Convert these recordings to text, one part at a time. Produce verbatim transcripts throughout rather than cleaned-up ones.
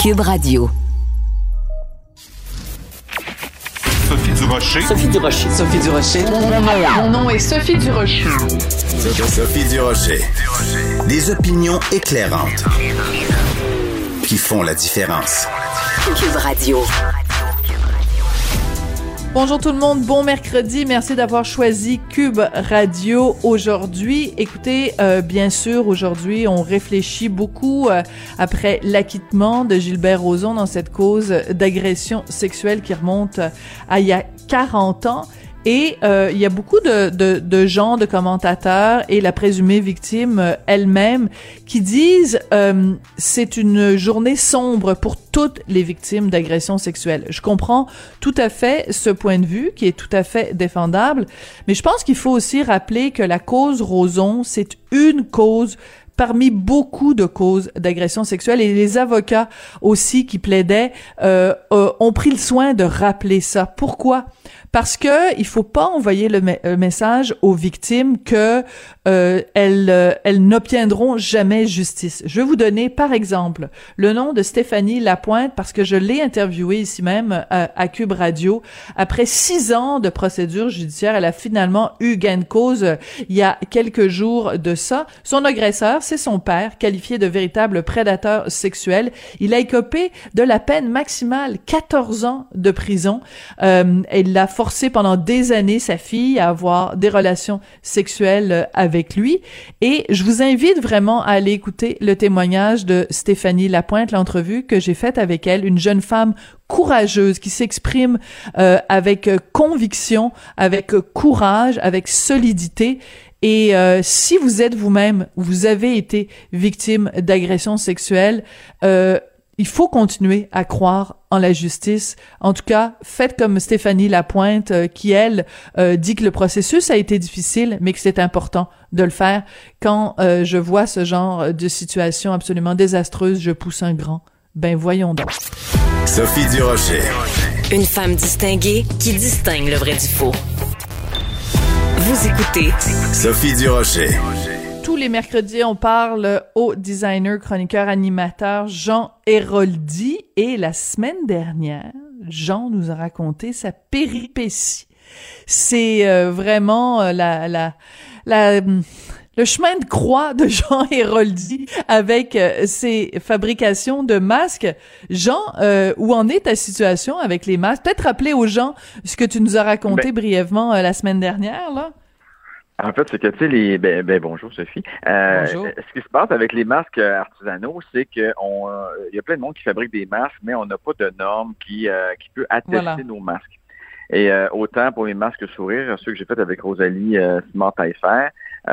Cube Radio. Sophie Durocher. Sophie Durocher. Sophie Durocher. Mon nom est Sophie Durocher. Sophie Durocher. Des opinions éclairantes qui font la différence. Cube Radio. Bonjour tout le monde, bon mercredi, merci d'avoir choisi Cube Radio aujourd'hui. Écoutez, euh, bien sûr, aujourd'hui, on réfléchit beaucoup euh, après l'acquittement de Gilbert Rozon dans cette cause d'agression sexuelle qui remonte à il y a quarante ans. Et euh, il y a beaucoup de, de, de gens, de commentateurs et la présumée victime euh, elle-même qui disent euh, c'est une journée sombre pour toutes les victimes d'agressions sexuelles. Je comprends tout à fait ce point de vue qui est tout à fait défendable, mais je pense qu'il faut aussi rappeler que la cause Rozon, c'est une cause parmi beaucoup de causes d'agression sexuelle, et les avocats aussi qui plaidaient euh, euh, ont pris le soin de rappeler ça. Pourquoi? Parce que il faut pas envoyer le, me- le message aux victimes que euh, elles, euh, elles n'obtiendront jamais justice. Je vais vous donner, par exemple, le nom de Stéphanie Lapointe parce que je l'ai interviewée ici même à, à Cube Radio. Après six ans de procédure judiciaire, elle a finalement eu gain de cause euh, il y a quelques jours de ça. Son agresseur, c'est son père, qualifié de véritable prédateur sexuel. Il a écopé de la peine maximale, quatorze ans de prison. Euh, il l'a forcé pendant des années sa fille à avoir des relations sexuelles avec lui. Et je vous invite vraiment à aller écouter le témoignage de Stéphanie Lapointe, l'entrevue que j'ai faite avec elle, une jeune femme courageuse qui s'exprime euh, avec conviction, avec courage, avec solidité. Et euh, si vous êtes vous-même, vous avez été victime d'agressions sexuelles, euh, il faut continuer à croire en la justice. En tout cas, faites comme Stéphanie Lapointe, euh, qui, elle, euh, dit que le processus a été difficile, mais que c'est important de le faire. Quand euh, je vois ce genre de situation absolument désastreuse, je pousse un grand. Ben voyons donc. Sophie Durocher. Une femme distinguée qui distingue le vrai du faux. Vous écoutez Sophie Durocher. Tous les mercredis, on parle au designer, chroniqueur, animateur Jean Héroldi. Et la semaine dernière, Jean nous a raconté sa péripétie. C'est euh, vraiment euh, la, la, la, le chemin de croix de Jean Héroldi avec euh, ses fabrications de masques. Jean, euh, où en est ta situation avec les masques? Peut-être rappeler aux gens ce que tu nous as raconté ben, brièvement euh, la semaine dernière, là. En fait, c'est que, tu sais, les, ben, ben, bonjour Sophie. Euh, bonjour. Ce qui se passe avec les masques artisanaux, c'est que on, euh, y a plein de monde qui fabrique des masques, mais on n'a pas de normes qui, euh, qui peut attester voilà. nos masques. Et euh, autant pour les masques sourires, ceux que j'ai fait avec Rosalie euh, Simard-Taillefer,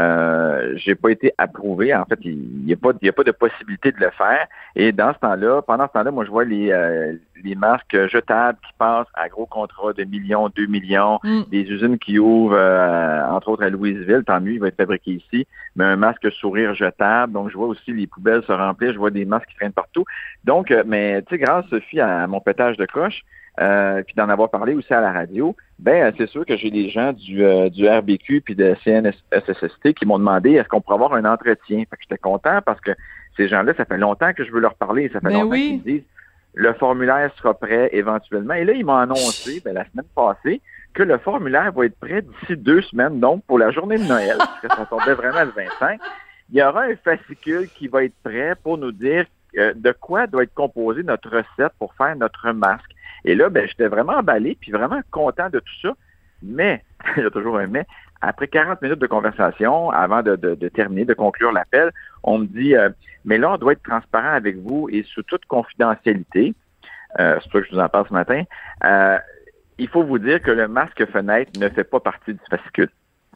euh, j'ai pas été approuvé. En fait, il n'y a pas, il y a pas de possibilité de le faire. Et dans ce temps-là, pendant ce temps-là, moi, je vois les, euh, les masques jetables qui passent à gros contrats de millions, deux millions, mm. des usines qui ouvrent, euh, entre autres à Louisville. Tant mieux, il va être fabriqué ici. Mais un masque sourire jetable. Donc, je vois aussi les poubelles se remplir. Je vois des masques qui traînent partout. Donc, euh, mais tu sais, grâce, Sophie, à, à mon pétage de coche, Euh, puis d'en avoir parlé aussi à la radio, ben c'est sûr que j'ai des gens du, euh, du R B Q puis de C N S S T qui m'ont demandé est-ce qu'on pourrait avoir un entretien. Fait que j'étais content parce que ces gens-là, ça fait longtemps que je veux leur parler. Ça fait ben longtemps oui. qu'ils me disent le formulaire sera prêt éventuellement. Et là, ils m'ont annoncé ben, la semaine passée que le formulaire va être prêt d'ici deux semaines, donc pour la journée de Noël, parce que ça tombait vraiment le vingt-cinq. Il y aura un fascicule qui va être prêt pour nous dire euh, de quoi doit être composée notre recette pour faire notre masque. Et là, ben, j'étais vraiment emballé, puis vraiment content de tout ça. Mais, il y a toujours un mais, après quarante minutes de conversation, avant de, de, de terminer, de conclure l'appel, on me dit, euh, mais là, on doit être transparent avec vous et sous toute confidentialité. Euh, c'est pour ça que je vous en parle ce matin. Euh, il faut vous dire que le masque fenêtre ne fait pas partie du fascicule.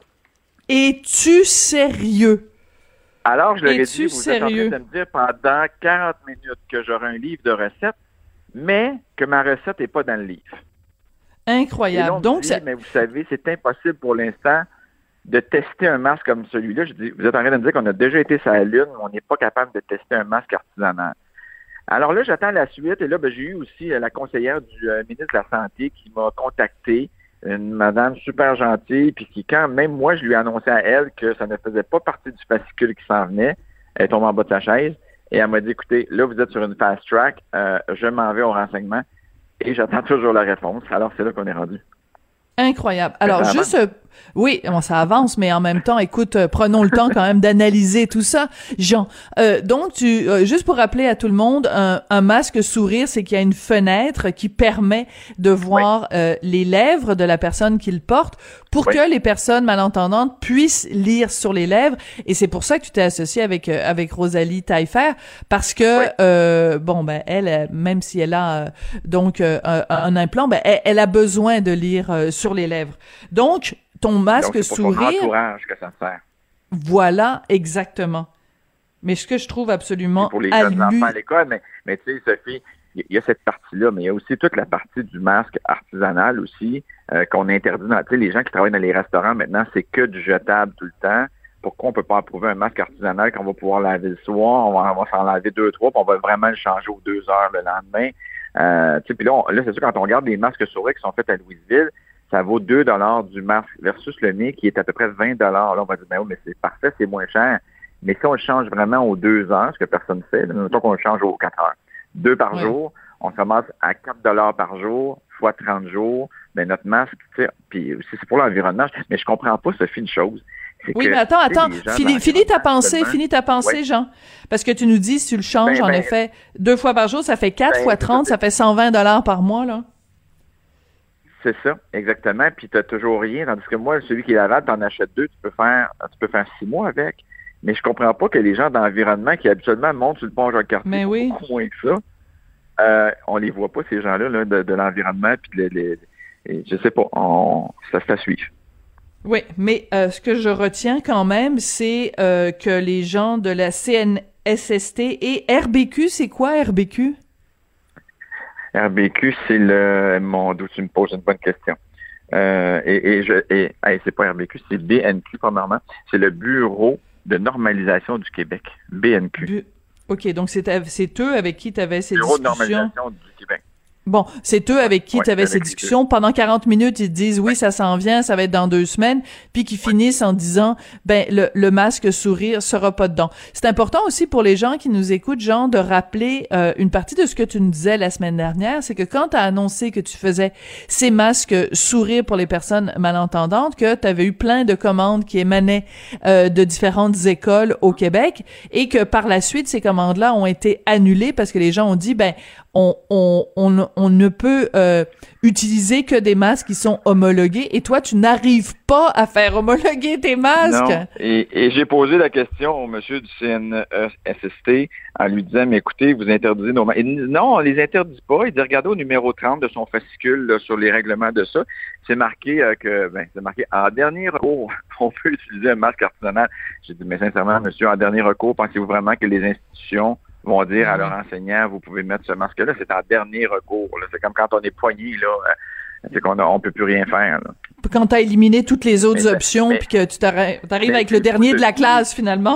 Es-tu sérieux? Alors, je leur ai dit, vous sérieux? êtes en train de me dire pendant quarante minutes que j'aurai un livre de recettes, mais que ma recette n'est pas dans le livre. Incroyable. Là, Donc, dit, ça... mais vous savez, c'est impossible pour l'instant de tester un masque comme celui-là. Je dis, vous êtes en train de me dire qu'on a déjà été sur la Lune, mais on n'est pas capable de tester un masque artisanal. Alors là, j'attends la suite. Et là, ben, j'ai eu aussi la conseillère du euh, ministre de la Santé qui m'a contacté, une madame super gentille, puis qui, quand même moi, je lui ai annoncé à elle que ça ne faisait pas partie du fascicule qui s'en venait, elle tombe en bas de sa chaise. Et elle m'a dit, écoutez, là, vous êtes sur une fast track, euh, je m'en vais au renseignement et j'attends toujours la réponse. Alors, c'est là qu'on est rendu. Incroyable. Alors, juste, euh, oui, bon, ça avance, mais en même temps, écoute, euh, prenons le temps quand même d'analyser tout ça. Jean, euh, donc, tu, euh, juste pour rappeler à tout le monde, un, un masque sourire, c'est qu'il y a une fenêtre qui permet de voir oui. euh, les lèvres de la personne qui le porte pour oui. que les personnes malentendantes puissent lire sur les lèvres. Et c'est pour ça que tu t'es associé avec euh, avec Rosalie Taillefer, parce que oui. euh, bon, ben elle, même si elle a euh, donc euh, un, un implant, ben elle, elle a besoin de lire euh, sur les lèvres. Donc ton masque Donc, c'est pour sourire. Ton entourage que ça sert. Voilà, exactement. Mais ce que je trouve absolument pour les allu... jeunes enfants à l'école, mais, mais tu sais, Sophie, il y a cette partie-là, mais il y a aussi toute la partie du masque artisanal aussi, euh, qu'on interdit dans, tu sais, les gens qui travaillent dans les restaurants maintenant, c'est que du jetable tout le temps. Pourquoi on peut pas approuver un masque artisanal qu'on va pouvoir laver le soir, on va, on va s'en laver deux, trois, puis on va vraiment le changer aux deux heures le lendemain. Euh, tu sais, puis là, on, là, c'est sûr, quand on regarde les masques sourires qui sont faits à Louisville, ça vaut deux dollars du masque versus le mien qui est à peu près vingt dollars. Là, on va dire, ben oui, mais c'est parfait, c'est moins cher. Mais si on le change vraiment aux deux heures, ce que personne ne fait, mettons qu'on le change aux quatre heures, deux par ouais. jour, on se ramasse à quatre dollars par jour, fois trente jours, ben notre masque, tu sais, puis aussi c'est pour l'environnement. Mais je comprends pas, Sophie, une chose. Oui, que, mais attends, attends, finis, finis ta pensée, finis ta pensée, ouais. Jean. Parce que tu nous dis, si tu le changes, ben, en ben, effet, deux fois par jour, ça fait quatre ben, fois trente, ça fait cent vingt dollars par mois, là. C'est ça, exactement. Puis tu n'as toujours rien. Tandis que moi, celui qui est lavable, tu en achètes deux, tu peux faire tu peux faire six mois avec. Mais je comprends pas que les gens d'environnement qui habituellement montent sur le pont Jacques-Cartier, mais oui. beaucoup moins que ça, euh, on les voit pas, ces gens-là, là, de, de l'environnement. Puis de, de, de, je sais pas, on, ça se fait suivre. Oui, mais euh, ce que je retiens quand même, c'est euh, que les gens de la C N S S T et R B Q, c'est quoi R B Q? R B Q, c'est le... Mon Dieu, tu me poses une bonne question. Euh, et, et je... Et, hey, c'est pas R B Q, c'est B N Q, premièrement. C'est le Bureau de normalisation du Québec. B N Q. Bu... OK, donc c'est, c'est eux avec qui tu avais ces Bureau discussions? Bureau de normalisation du Québec. Bon, c'est eux avec qui ouais, tu avais ces discussions. Pendant quarante minutes, ils te disent, oui, ouais. ça s'en vient, ça va être dans deux semaines. Puis qu'ils ouais. finissent en disant, ben, le, le masque sourire sera pas dedans. C'est important aussi pour les gens qui nous écoutent, Jean, de rappeler euh, une partie de ce que tu nous disais la semaine dernière. C'est que quand tu as annoncé que tu faisais ces masques sourire pour les personnes malentendantes, que tu avais eu plein de commandes qui émanaient euh, de différentes écoles au Québec et que par la suite, ces commandes-là ont été annulées parce que les gens ont dit, ben, on, on, on, on ne peut euh, utiliser que des masques qui sont homologués. Et toi, tu n'arrives pas à faire homologuer tes masques. Non. Et, et j'ai posé la question au monsieur du C N S S T en lui disant, mais écoutez, vous interdisez nos masques. Il dit, non, on les interdit pas. Il dit, regardez au numéro trente de son fascicule là, sur les règlements de ça. C'est marqué euh, que, ben, c'est marqué en dernier recours, on peut utiliser un masque artisanal. J'ai dit, mais sincèrement, monsieur, en dernier recours, pensez-vous vraiment que les institutions vont dire à leurs enseignants, vous pouvez mettre ce masque-là, c'est en dernier recours. Là. C'est comme quand on est poigné, là, c'est qu'on a, on peut plus rien faire. Là. Quand tu as éliminé toutes les autres mais, options, puis que tu t'arrives avec le dernier de la classe, finalement.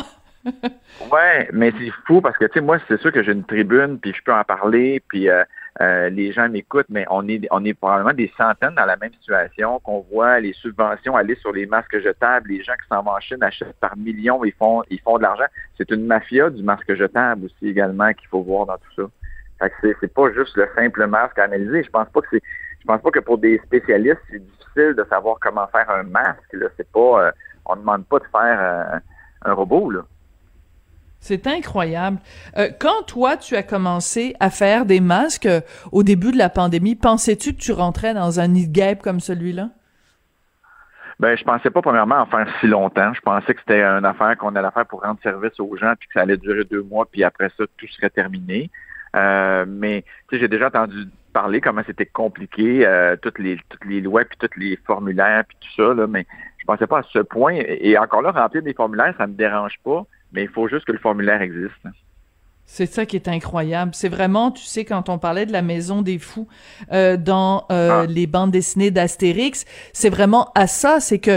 Ouais, mais c'est fou parce que, tu sais, moi, c'est sûr que j'ai une tribune, puis je peux en parler, puis euh, euh, les gens m'écoutent, mais on est on est probablement des centaines dans la même situation, qu'on voit les subventions aller sur les masques jetables, les gens qui s'en vont en Chine achètent par millions, ils font ils font de l'argent. C'est une mafia du masque jetable aussi également qu'il faut voir dans tout ça. Fait que c'est, c'est pas juste le simple masque à analyser. Je pense pas que c'est je pense pas que pour des spécialistes, c'est difficile de savoir comment faire un masque. Là. C'est pas euh, on ne demande pas de faire euh, un robot, là. C'est incroyable. Euh, quand toi, tu as commencé à faire des masques euh, au début de la pandémie, pensais-tu que tu rentrais dans un nid de guêpe comme celui-là? Ben, je pensais pas premièrement en faire si longtemps. Je pensais que c'était une affaire qu'on allait faire pour rendre service aux gens, puis que ça allait durer deux mois, puis après ça, tout serait terminé. Euh, mais tu sais, j'ai déjà entendu parler comment c'était compliqué, euh, toutes les toutes les lois, puis tous les formulaires, puis tout ça, là, mais je pensais pas à ce point. Et encore là, remplir des formulaires, ça me dérange pas. Mais il faut juste que le formulaire existe. C'est ça qui est incroyable. C'est vraiment, tu sais, quand on parlait de la Maison des Fous euh, dans euh, ah. les bandes dessinées d'Astérix, c'est vraiment à ça, c'est que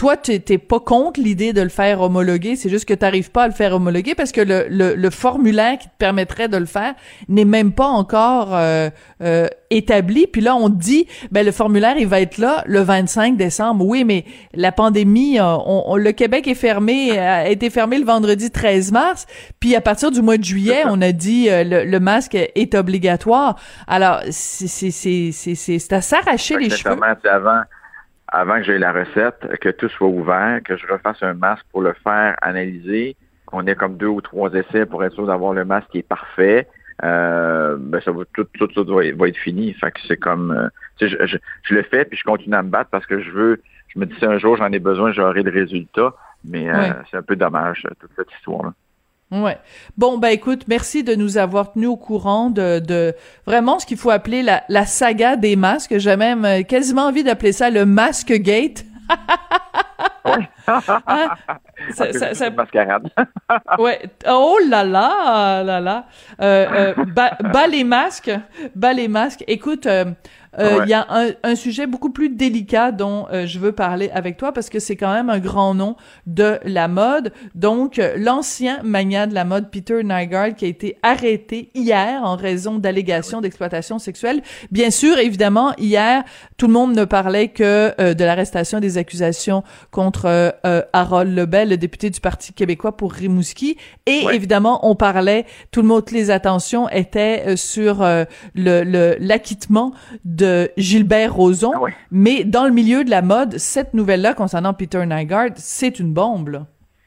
toi, t'es, t'es pas contre l'idée de le faire homologuer, c'est juste que t'arrives pas à le faire homologuer parce que le, le, le formulaire qui te permettrait de le faire n'est même pas encore euh, euh, établi. Puis là, on te dit, ben le formulaire, il va être là le vingt-cinq décembre. Oui, mais la pandémie, on, on, le Québec est fermé, a été fermé le vendredi treize mars, puis à partir du mois de juillet, on a dit euh, le, le masque est obligatoire. Alors, c'est c'est c'est c'est c'est, c'est à s'arracher les cheveux. Avant, avant que j'aie la recette, que tout soit ouvert, que je refasse un masque pour le faire analyser, qu'on ait comme deux ou trois essais pour être sûr d'avoir le masque qui est parfait, euh, ben ça va tout, tout, tout va, va être fini. Fait que c'est comme, euh, tu sais, je, je, je le fais puis je continue à me battre parce que je veux, je me dis si un jour j'en ai besoin, j'aurai le résultat. Mais euh, ouais. C'est un peu dommage toute cette histoire-là. Ouais. Bon, ben écoute, merci de nous avoir tenus au courant de, de vraiment ce qu'il faut appeler la, la saga des masques. J'ai même euh, quasiment envie d'appeler ça le Masque Gate. Oui. Hein? Ça, ça, ça... mascarade. Ouais. Oh là là, là là. Euh, euh, bas, bas les masques, bas les masques. Écoute, euh, il euh, ouais. y a un, un sujet beaucoup plus délicat dont euh, je veux parler avec toi parce que c'est quand même un grand nom de la mode. Donc, euh, l'ancien magnat de la mode Peter Nygard qui a été arrêté hier en raison d'allégations d'exploitation sexuelle. Bien sûr, évidemment, hier, tout le monde ne parlait que euh, de l'arrestation des accusations contre euh, Harold Lebel, le député du Parti québécois pour Rimouski. Et ouais. évidemment, on parlait, tout le monde, toutes les attentions étaient euh, sur euh, le, le l'acquittement de de Gilbert Rozon, ah oui. Mais dans le milieu de la mode, cette nouvelle-là concernant Peter Nygard, c'est une bombe, là.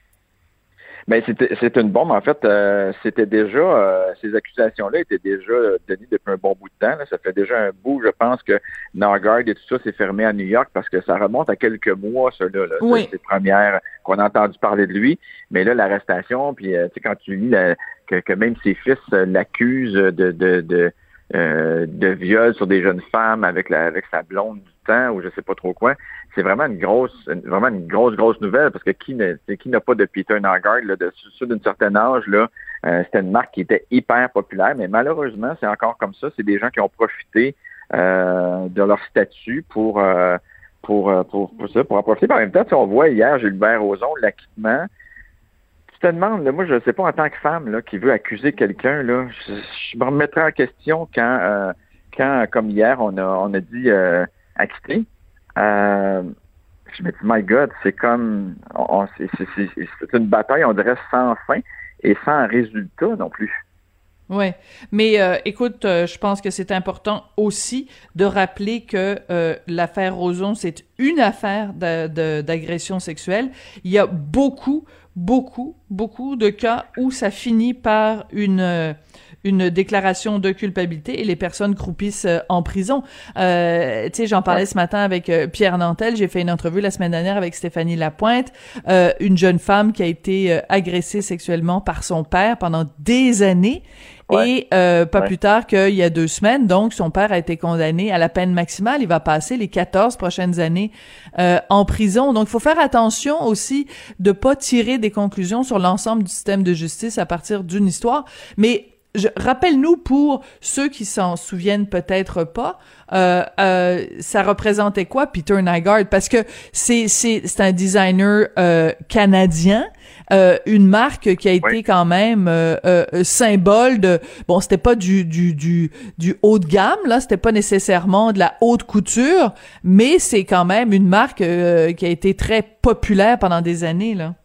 Ben c'était c'est une bombe. En fait, euh, c'était déjà euh, ces accusations-là étaient déjà données depuis un bon bout de temps. Là. Ça fait déjà un bout, je pense que Nygard et tout ça s'est fermé à New York parce que ça remonte à quelques mois, ça là. là. Oui. C'est les premières qu'on a entendu parler de lui. Mais là, l'arrestation, puis euh, tu sais quand tu lis la, que, que même ses fils euh, l'accusent de de, de Euh, de viol sur des jeunes femmes avec la avec sa blonde du temps ou je sais pas trop quoi, c'est vraiment une grosse une, vraiment une grosse grosse nouvelle parce que qui ne qui n'a pas de Peter Nygard là de ceux d'un certain âge là, euh, c'était une marque qui était hyper populaire, mais malheureusement c'est encore comme ça, c'est des gens qui ont profité euh, de leur statut pour euh, pour, pour pour ça pour en profiter. Par en même temps, on voit hier Gilbert Rozon l'acquittement. Je te demande, là, moi, je ne sais pas, en tant que femme là, qui veut accuser quelqu'un, là, je, je me remettrai en question quand, euh, quand comme hier, on a, on a dit euh, acquitté. Euh, je me dis, my God, c'est comme, on, c'est, c'est, c'est, c'est une bataille, on dirait, sans fin et sans résultat non plus. Ouais, mais euh, écoute, euh, je pense que c'est important aussi de rappeler que euh, l'affaire Rozon, c'est une affaire de, de, d'agression sexuelle. Il y a beaucoup, beaucoup, beaucoup de cas où ça finit par une euh, une déclaration de culpabilité et les personnes croupissent euh, en prison. Euh, tu sais, j'en parlais ce matin avec euh, Pierre Nantel. J'ai fait une entrevue la semaine dernière avec Stéphanie Lapointe, euh, une jeune femme qui a été euh, agressée sexuellement par son père pendant des années. Ouais. Et euh, pas ouais. plus tard qu'il y a deux semaines, donc son père a été condamné à la peine maximale. Il va passer les quatorze prochaines années euh, en prison. Donc, il faut faire attention aussi de pas tirer des conclusions sur l'ensemble du système de justice à partir d'une histoire. Mais je, rappelle-nous, pour ceux qui s'en souviennent peut-être pas, euh, euh, ça représentait quoi Peter Nygard? Parce que c'est c'est c'est un designer euh, canadien. Euh, une marque qui a été oui. quand même euh, euh, symbole de bon, c'était pas du du du du haut de gamme là, c'était pas nécessairement de la haute couture, mais c'est quand même une marque euh, qui a été très populaire pendant des années là.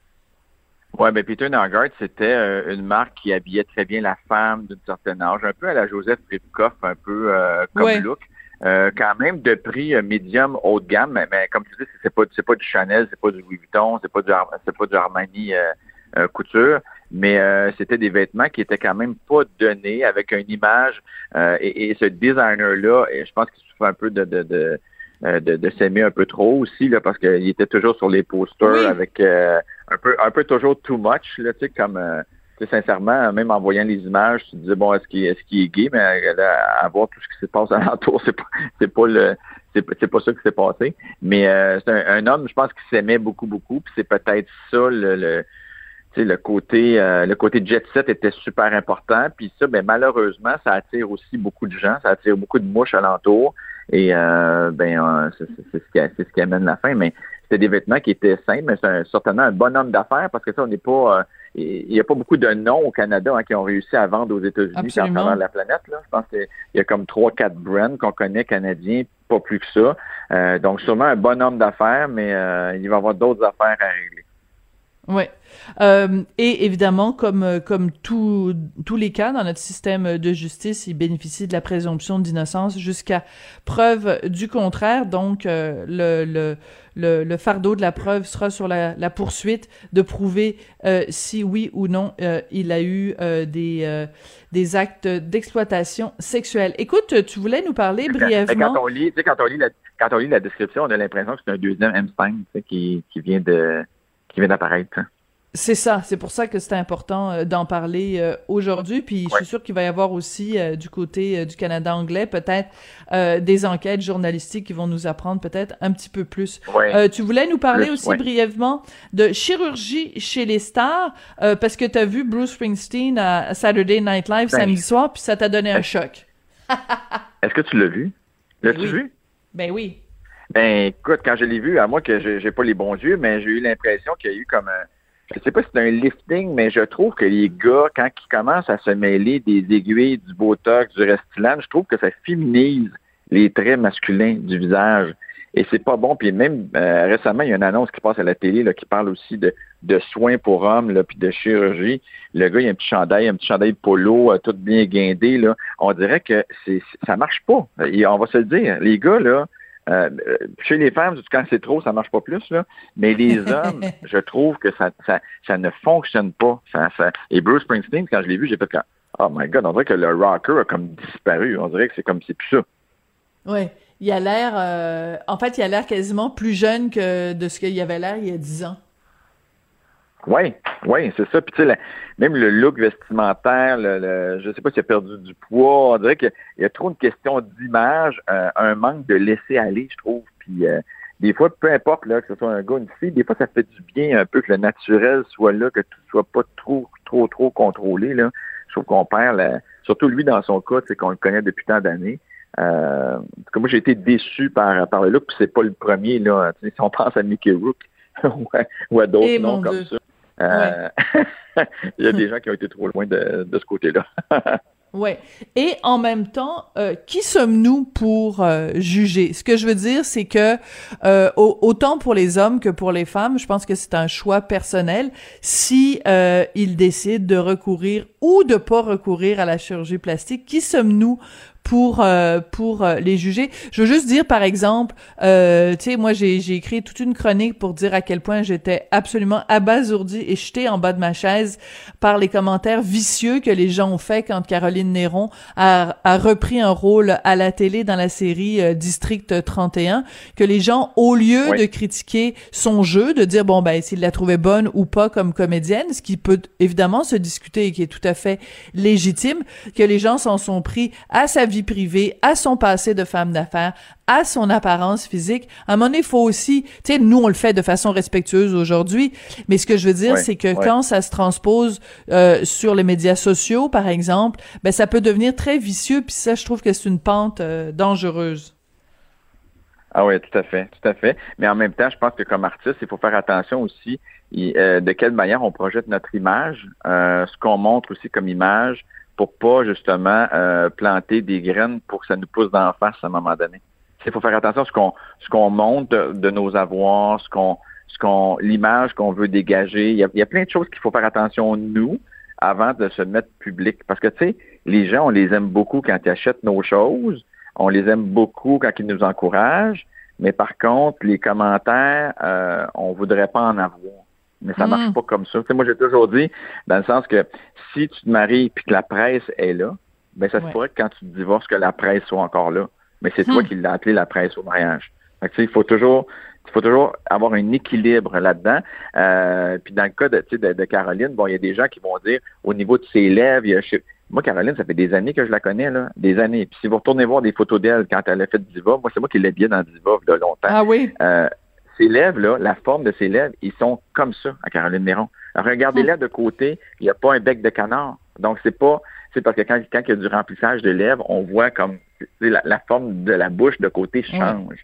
Ouais, ben Peter Nygard, c'était euh, une marque qui habillait très bien la femme d'une certaine âge, un peu à la Joseph Ripkoff, un peu euh, comme ouais. look. Euh, quand même de prix euh, médium haut de gamme, mais, mais comme tu dis, c'est pas c'est pas du Chanel, c'est pas du Louis Vuitton, c'est pas du c'est pas du Armani euh, euh, couture, mais euh, c'était des vêtements qui étaient quand même pas donnés avec une image euh, et, et ce designer là, et je pense qu'il souffre un peu de de de, euh, de de s'aimer un peu trop aussi là parce qu'il était toujours sur les posters oui. avec euh, un peu un peu toujours too much là, tu sais comme euh, Tu sais, sincèrement, même en voyant les images, tu te disais bon, est-ce qu'il est-ce qu'il est gay, mais là, à voir tout ce qui se passe alentour, c'est pas c'est pas le c'est, c'est pas ça qui s'est passé. Mais euh, c'est un, un homme, je pense, qui s'aimait beaucoup, beaucoup, puis c'est peut-être ça le, le tu sais, le côté euh, le côté jet set était super important. Puis ça, ben malheureusement, ça attire aussi beaucoup de gens, ça attire beaucoup de mouches alentour. Et euh, ben euh, c'est, c'est, c'est, ce qui, c'est ce qui amène la fin. Mais c'était des vêtements qui étaient simples, mais c'est un, certainement un bon homme d'affaires parce que ça, on n'est pas... Euh, il n'y a pas beaucoup de noms au Canada hein, qui ont réussi à vendre aux États-Unis et à travers la planète. Là. Je pense qu'il y a comme trois, quatre brands qu'on connaît canadiens, pas plus que ça. Euh, donc, sûrement un bon homme d'affaires, mais euh, il va y avoir d'autres affaires à régler. Oui. Euh, et évidemment, comme comme tout, tous les cas dans notre système de justice, il bénéficie de la présomption d'innocence jusqu'à preuve du contraire. Donc, euh, le, le le le fardeau de la preuve sera sur la, la poursuite de prouver euh, si oui ou non euh, il a eu euh, des euh, des actes d'exploitation sexuelle. Écoute, tu voulais nous parler brièvement. Quand on lit, tu sais, quand on lit la quand on lit la description, on a l'impression que c'est un deuxième Epstein, tu sais, qui qui vient de qui vient d'apparaître. C'est ça, c'est pour ça que c'est important euh, d'en parler euh, aujourd'hui, puis je ouais. suis sûre qu'il va y avoir aussi euh, du côté euh, du Canada anglais peut-être euh, des enquêtes journalistiques qui vont nous apprendre peut-être un petit peu plus. Ouais. Euh, tu voulais nous parler plus, aussi ouais. brièvement de chirurgie chez les stars, euh, parce que tu as vu Bruce Springsteen à Saturday Night Live ben, samedi soir, puis ça t'a donné un choc. Est-ce que tu l'as vu? L'as-tu oui. vu? Ben oui. Ben écoute, quand je l'ai vu, à moi que j'ai, j'ai pas les bons yeux, mais j'ai eu l'impression qu'il y a eu comme un... Je sais pas si c'est un lifting, mais je trouve que les gars, quand ils commencent à se mêler des aiguilles, du Botox, du Restylane, je trouve que ça féminise les traits masculins du visage. Et c'est pas bon. Puis même euh, récemment, il y a une annonce qui passe à la télé là, qui parle aussi de, de soins pour hommes, là, puis de chirurgie. Le gars, il a un petit chandail, un petit chandail polo, euh, tout bien guindé. Là. On dirait que c'est ça marche pas. Et on va se le dire. Les gars, là, Euh, chez les femmes, quand c'est trop, ça marche pas plus, là. Mais les hommes, je trouve que ça, ça, ça ne fonctionne pas. Ça, ça... Et Bruce Springsteen, quand je l'ai vu, j'ai fait comme, oh my God, on dirait que le rocker a comme disparu. On dirait que c'est comme c'est plus ça. Oui. Il a l'air, euh... en fait, il a l'air quasiment plus jeune que de ce qu'il avait l'air il y a dix ans. Oui, oui, c'est ça. Puis tu sais, la, même le look vestimentaire, le, le, je sais pas s'il a perdu du poids. On dirait qu'il y a trop de questions d'image, euh, un manque de laisser aller, je trouve. Puis euh, des fois, peu importe là que ce soit un gars ou une fille, des fois ça fait du bien un peu que le naturel soit là, que tout soit pas trop, trop, trop contrôlé là. Je trouve qu'on perd, la, surtout lui dans son cas, c'est qu'on le connaît depuis tant d'années. Euh, comme moi, j'ai été déçu par par le look. Puis c'est pas le premier là. Tu sais, si on pense à Mickey Rourke ou, à, ou à d'autres Et noms comme Dieu. ça. Euh, ouais. Il y a des gens qui ont été trop loin de, de ce côté-là. Oui. Et en même temps, euh, qui sommes-nous pour euh, juger? Ce que je veux dire, c'est que euh, autant pour les hommes que pour les femmes, je pense que c'est un choix personnel. Si euh, ils décident de recourir ou de pas recourir à la chirurgie plastique, qui sommes-nous pour euh, pour euh, les juger? Je veux juste dire, par exemple, euh, tu sais, moi j'ai j'ai écrit toute une chronique pour dire à quel point j'étais absolument abasourdie et jetée en bas de ma chaise par les commentaires vicieux que les gens ont fait quand Caroline Néron a, a repris un rôle à la télé dans la série euh, District trente et un, que les gens, au lieu oui. de critiquer son jeu, de dire bon ben s'il la trouvait bonne ou pas comme comédienne, ce qui peut évidemment se discuter et qui est tout à fait légitime, que les gens s'en sont pris à sa vie privée, à son passé de femme d'affaires, à son apparence physique. À un moment donné, il faut aussi, tu sais, nous on le fait de façon respectueuse aujourd'hui, mais ce que je veux dire, ouais, c'est que ouais. quand ça se transpose euh, sur les médias sociaux, par exemple, ben ça peut devenir très vicieux, puis ça, je trouve que c'est une pente euh, dangereuse. Ah oui, tout à fait, tout à fait. Mais en même temps, je pense que comme artiste, il faut faire attention aussi et, euh, de quelle manière on projette notre image, euh, ce qu'on montre aussi comme image, pour pas justement euh, planter des graines pour que ça nous pousse d'en face à un moment donné. Il faut faire attention à ce qu'on ce qu'on montre de, de nos avoirs, ce qu'on ce qu'on l'image qu'on veut dégager. Il y a, il y a plein de choses qu'il faut faire attention nous avant de se mettre public. Parce que tu sais, les gens, on les aime beaucoup quand ils achètent nos choses, on les aime beaucoup quand ils nous encouragent, mais par contre, les commentaires, euh, on voudrait pas en avoir. Mais ça marche mmh. pas comme ça. Tu sais, moi, j'ai toujours dit, dans le sens que si tu te maries puis que la presse est là, ben ça ouais. se pourrait que quand tu te divorces, que la presse soit encore là. Mais c'est mmh. toi qui l'as appelé la presse au mariage. Fait que, tu sais, il faut toujours, il faut toujours avoir un équilibre là-dedans. Euh, puis dans le cas de, tu sais, de, de Caroline, bon, il y a des gens qui vont dire, au niveau de ses lèvres, il y a, moi, Caroline, ça fait des années que je la connais, là, des années. Puis si vous retournez voir des photos d'elle quand elle a fait Diva, moi, c'est moi qui l'ai bien dans Diva, là, longtemps. Ah oui? Euh, Ses lèvres, là, la forme de ses lèvres, ils sont comme ça à Caroline Néron. Alors, regardez-les de côté, il n'y a pas un bec de canard. Donc, c'est pas, c'est parce que quand, quand il y a du remplissage de lèvres, on voit comme, la, la forme de la bouche de côté change.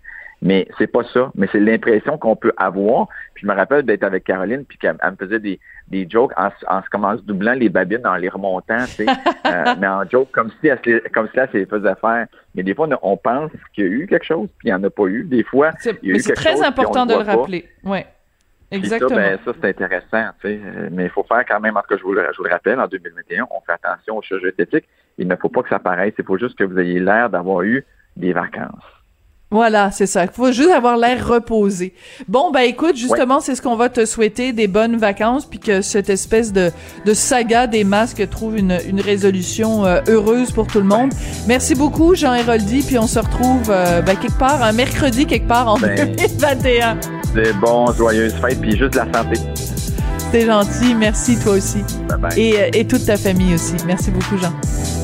Mais c'est pas ça. Mais c'est l'impression qu'on peut avoir. Puis je me rappelle d'être avec Caroline, puis qu'elle me faisait des, des jokes en, en, en se doublant les babines, en les remontant, tu sais. euh, mais en joke, comme si elle se les, comme si elle se les faisait faire. Mais des fois, on, on pense qu'il y a eu quelque chose, puis il n'y en a pas eu. Des fois, c'est, il y a mais eu c'est quelque très chose, important de le rappeler. Oui. Exactement. Ça, ben, ça, c'est intéressant, tu sais. Mais il faut faire quand même, en tout cas, je vous, le, je vous le rappelle, en deux mille vingt et un, on fait attention aux chirurgies esthétiques. Il ne faut pas que ça paraisse. Il faut juste que vous ayez l'air d'avoir eu des vacances. Voilà, c'est ça. Il faut juste avoir l'air reposé. Bon, ben écoute, justement, ouais. c'est ce qu'on va te souhaiter, des bonnes vacances, puis que cette espèce de, de saga des masques trouve une, une résolution euh, heureuse pour tout le monde. Merci beaucoup, Jean Héroldi, puis on se retrouve euh, ben, quelque part, un mercredi quelque part en ben, deux mille vingt et un. C'est bon, joyeuse fête, puis juste la santé. C'est gentil, merci toi aussi. Bye bye. Et, et toute ta famille aussi. Merci beaucoup, Jean.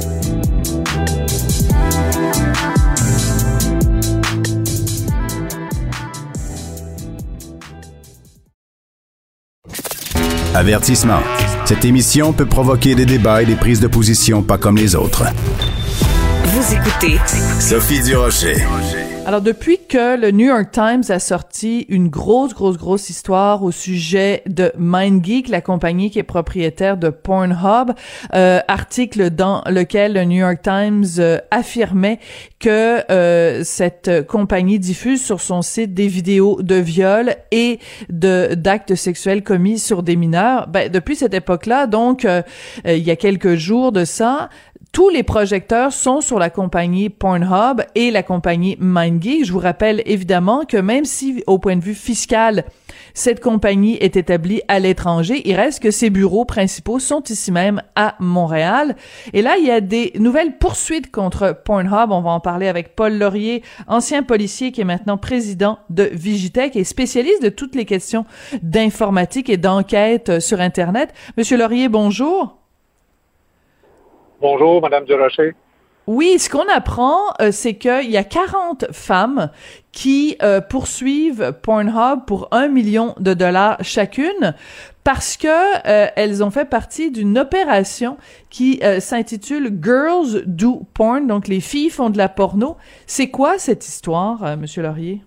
Avertissement. Cette émission peut provoquer des débats et des prises de position pas comme les autres. Vous écoutez Sophie Durocher. Alors, depuis que le New York Times a sorti une grosse, grosse, grosse histoire au sujet de MindGeek, la compagnie qui est propriétaire de Pornhub, euh, article dans lequel le New York Times euh, affirmait que euh, cette compagnie diffuse sur son site des vidéos de viol et de d'actes sexuels commis sur des mineurs. Ben, depuis cette époque-là, donc, euh, euh, il y a quelques jours de ça, tous les projecteurs sont sur la compagnie Pornhub et la compagnie MindGeek. Je vous rappelle évidemment que même si, au point de vue fiscal, cette compagnie est établie à l'étranger, il reste que ses bureaux principaux sont ici même à Montréal. Et là, il y a des nouvelles poursuites contre Pornhub. On va en parler avec Paul Laurier, ancien policier qui est maintenant président de Vigitech et spécialiste de toutes les questions d'informatique et d'enquête sur Internet. Monsieur Laurier, bonjour. Bonjour, Madame Durocher. Oui, ce qu'on apprend, euh, c'est qu'il y a quarante femmes qui euh, poursuivent Pornhub pour un million de dollars chacune parce que euh, elles ont fait partie d'une opération qui euh, s'intitule Girls Do Porn, donc les filles font de la porno. C'est quoi cette histoire, euh, Monsieur Laurier?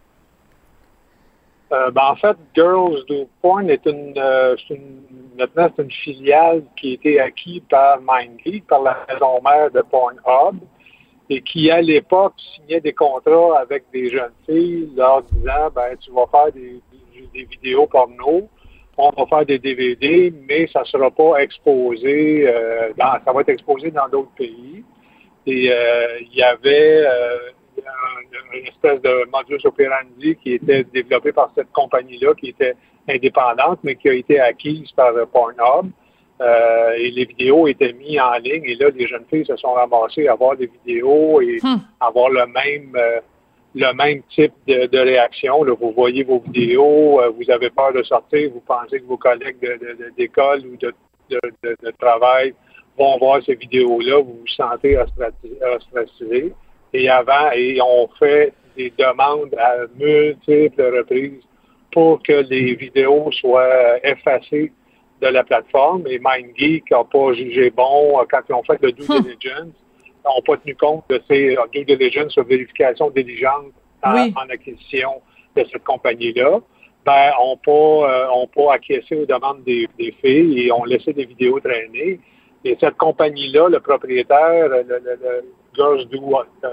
Euh, ben, en fait, Girls Do Porn est une, euh, c'est une maintenant c'est une filiale qui a été acquise par MindGeek, par la maison mère de Pornhub, et qui à l'époque signait des contrats avec des jeunes filles leur disant ben tu vas faire des, des, des vidéos porno, on va faire des D V D, mais ça sera pas exposé, euh, dans, ça va être exposé dans d'autres pays. Et euh, il y avait euh, une, une espèce de modus operandi qui était développé par cette compagnie-là, qui était indépendante, mais qui a été acquise par Pornhub. Euh, et les vidéos étaient mises en ligne. Et là, les jeunes filles se sont ramassées à voir des vidéos et hmm. avoir le même euh, le même type de, de réaction. Là, vous voyez vos vidéos, euh, vous avez peur de sortir, vous pensez que vos collègues de, de, de, d'école ou de, de, de, de travail vont voir ces vidéos-là, vous vous sentez ostracisé. Et avant, et on fait des demandes à multiples reprises pour que les vidéos soient effacées de la plateforme. Et MindGeek n'a pas jugé bon quand ils ont fait le due diligence. Ils n'ont pas tenu compte de ces due diligence sur vérification diligente en, oui. en acquisition de cette compagnie-là. Ben, on pas, euh, on pas acquiescé aux demandes des, des filles et ont laissé des vidéos traîner. Et cette compagnie-là, le propriétaire, le, le, le Girls Do, euh,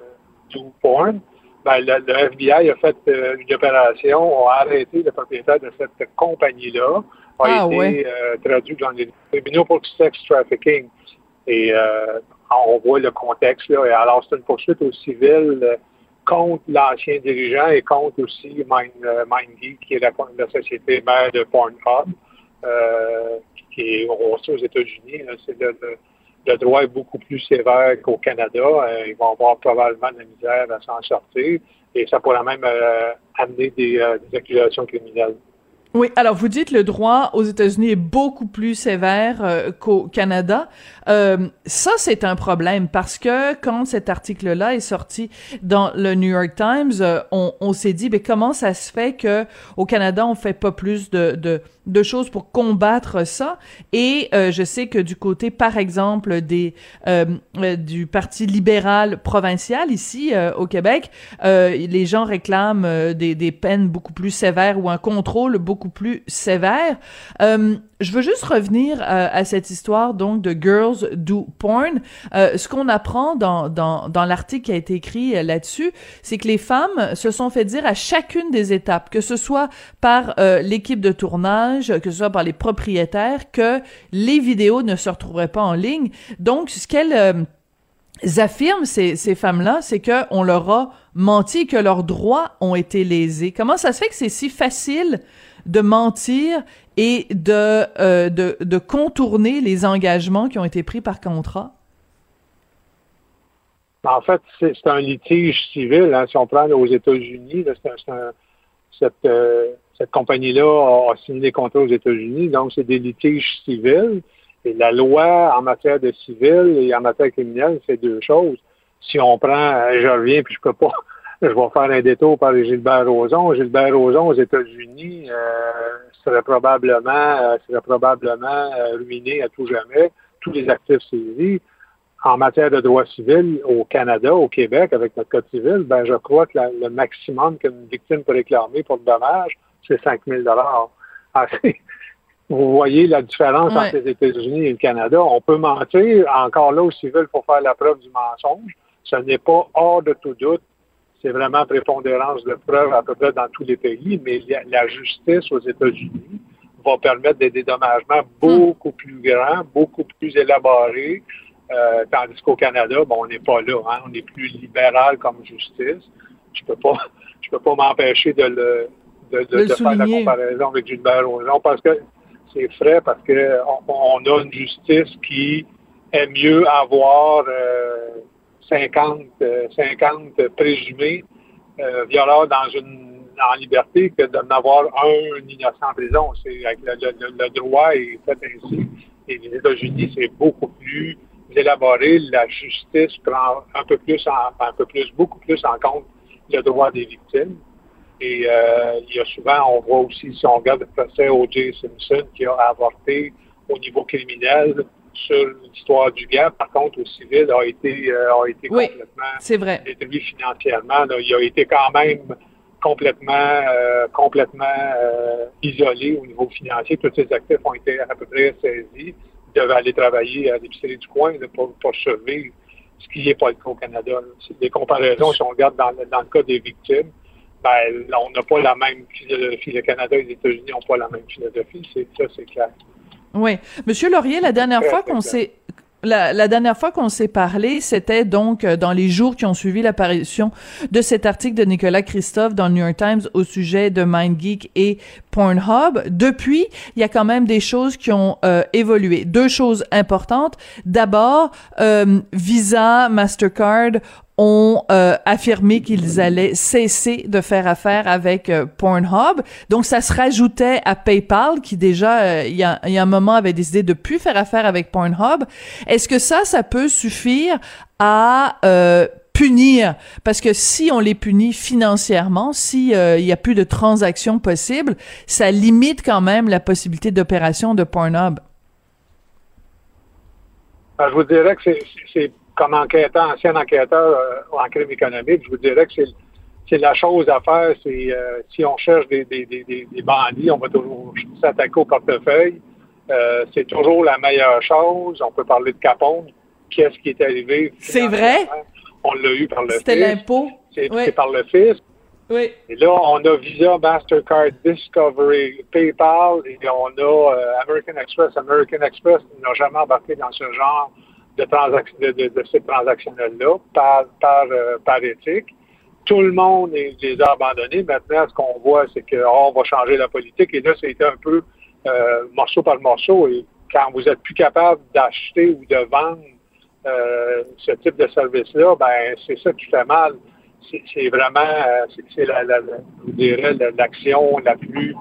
Do Porn, ben, le, le F B I a fait euh, une opération, a arrêté le propriétaire de cette compagnie-là, a ah, été ouais. euh, traduit dans les tribunaux pour sex trafficking. Et euh, on voit le contexte, là. Et alors, c'est une poursuite au civil euh, contre l'ancien dirigeant et contre aussi Mind, euh, MindGeek, qui est la, la société mère de Pornhub, euh, qui est, on sait aux États-Unis, là, c'est le, le, le droit est beaucoup plus sévère qu'au Canada. Euh, ils vont avoir probablement de la misère à s'en sortir et ça pourrait même euh, amener des, euh, des accusations criminelles. Oui, alors vous dites le droit aux États-Unis est beaucoup plus sévère euh, qu'au Canada. Euh, ça, c'est un problème parce que quand cet article-là est sorti dans le New York Times, euh, on, on s'est dit, mais comment ça se fait que au Canada on fait pas plus de de, de choses pour combattre ça? Et euh, je sais que du côté, par exemple, des euh, euh, du Parti libéral provincial ici euh, au Québec, euh, les gens réclament euh, des des peines beaucoup plus sévères ou un contrôle beaucoup plus sévère. Euh, je veux juste revenir euh, à cette histoire donc de Girls Do Porn. Euh, ce qu'on apprend dans dans dans l'article qui a été écrit euh, là-dessus, c'est que les femmes se sont fait dire à chacune des étapes, que ce soit par euh, l'équipe de tournage, que ce soit par les propriétaires, que les vidéos ne se retrouveraient pas en ligne. Donc, ce qu'elles euh, affirment, ces, ces femmes-là, c'est qu'on leur a menti et que leurs droits ont été lésés. Comment ça se fait que c'est si facile de mentir et de, euh, de, de contourner les engagements qui ont été pris par contrat? En fait, c'est, c'est un litige civil. Hein. Si on prend aux États-Unis, là, c'est un, c'est un, cette, euh, cette compagnie-là a, a signé des contrats aux États-Unis, donc c'est des litiges civils. Et la loi en matière de civil et en matière criminelle, c'est deux choses. Si on prend, je reviens, puis je peux pas, je vais faire un détour par Gilbert Rozon. Gilbert Rozon aux États-Unis euh, serait probablement, euh, serait probablement euh, ruiné à tout jamais. Tous les actifs saisis. En matière de droit civil, au Canada, au Québec, avec notre code civil, ben je crois que la, le maximum qu'une victime peut réclamer pour le dommage, c'est cinq mille dollars. Vous voyez la différence ouais. entre les États-Unis et le Canada. On peut mentir, encore là, au civil, pour faire la preuve du mensonge. Ce n'est pas hors de tout doute. C'est vraiment prépondérance de preuve à peu près dans tous les pays, mais la justice aux États-Unis va permettre des dédommagements beaucoup plus grands, beaucoup plus élaborés, euh, tandis qu'au Canada, bon, on n'est pas là, hein, on est plus libéral comme justice. Je peux pas, je peux pas m'empêcher de le, de, de, de, de faire la comparaison avec Gilbert Rozon parce que c'est frais, parce que on, on a une justice qui aime mieux avoir euh, cinquante, cinquante présumés euh, violeurs dans une en liberté que d'en avoir un innocent en prison. C'est avec le, le, le droit est fait ainsi. Et les États-Unis, c'est beaucoup plus élaboré. La justice prend un peu plus, en, un peu plus, beaucoup plus en compte le droit des victimes. Et euh, il y a souvent, on voit aussi, si on regarde le procès O J Simpson qui a avorté au niveau criminel sur l'histoire du gars, par contre, au civil, a été, euh, a été oui, complètement c'est vrai. détruit financièrement. Là, il a été quand même complètement euh, complètement euh, isolé au niveau financier. Tous ses actifs ont été à peu près saisis. Il devait aller travailler à l'épicerie du coin là, pour, pour survivre, ce qui n'est pas le cas au Canada. Là. C'est des comparaisons, si on regarde dans, dans le cas des victimes, ben, là, on n'a pas la même philosophie. Le Canada et les États-Unis n'ont pas la même philosophie. C'est, ça, c'est clair. Oui. Monsieur Laurier, la dernière fois qu'on s'est... La, la dernière fois qu'on s'est parlé, c'était donc dans les jours qui ont suivi l'apparition de cet article de Nicolas Christophe dans le New York Times au sujet de MindGeek et Pornhub. Depuis, il y a quand même des choses qui ont euh, évolué. Deux choses importantes. D'abord, euh, Visa, Mastercard ont euh, affirmé qu'ils allaient cesser de faire affaire avec euh, Pornhub. Donc, ça se rajoutait à PayPal, qui déjà, euh, il y a, il y a un moment, avait décidé de plus faire affaire avec Pornhub. Est-ce que ça, ça peut suffire à euh, punir? Parce que si on les punit financièrement, si euh, il y a plus de transactions possibles, ça limite quand même la possibilité d'opération de Pornhub. Alors, je vous dirais que c'est... c'est... comme enquêteur, ancien enquêteur euh, en crime économique, je vous dirais que c'est, c'est la chose à faire. C'est euh, si on cherche des, des, des, des bandits, on va toujours s'attaquer au portefeuille. Euh, c'est toujours la meilleure chose. On peut parler de Capone. Qu'est-ce qui est arrivé? C'est vrai? On l'a eu par le C'était fisc. l'impôt. C'est, oui. c'est par le fisc. Oui. Et là, on a Visa, Mastercard, Discovery, PayPal, et on a euh, American Express. American Express n'a jamais embarqué dans ce genre de, transac- de, de, de ces transactionnels-là par, par, euh, par éthique. Tout le monde les, les a abandonnés. Maintenant, ce qu'on voit, c'est qu'on oh, va changer la politique. Et là, c'était un peu euh, morceau par morceau. Et quand vous êtes plus capable d'acheter ou de vendre euh, ce type de service-là, ben c'est ça qui fait mal. C'est, c'est vraiment, c'est, c'est la, la, la, je vous dirais, la, l'action la plus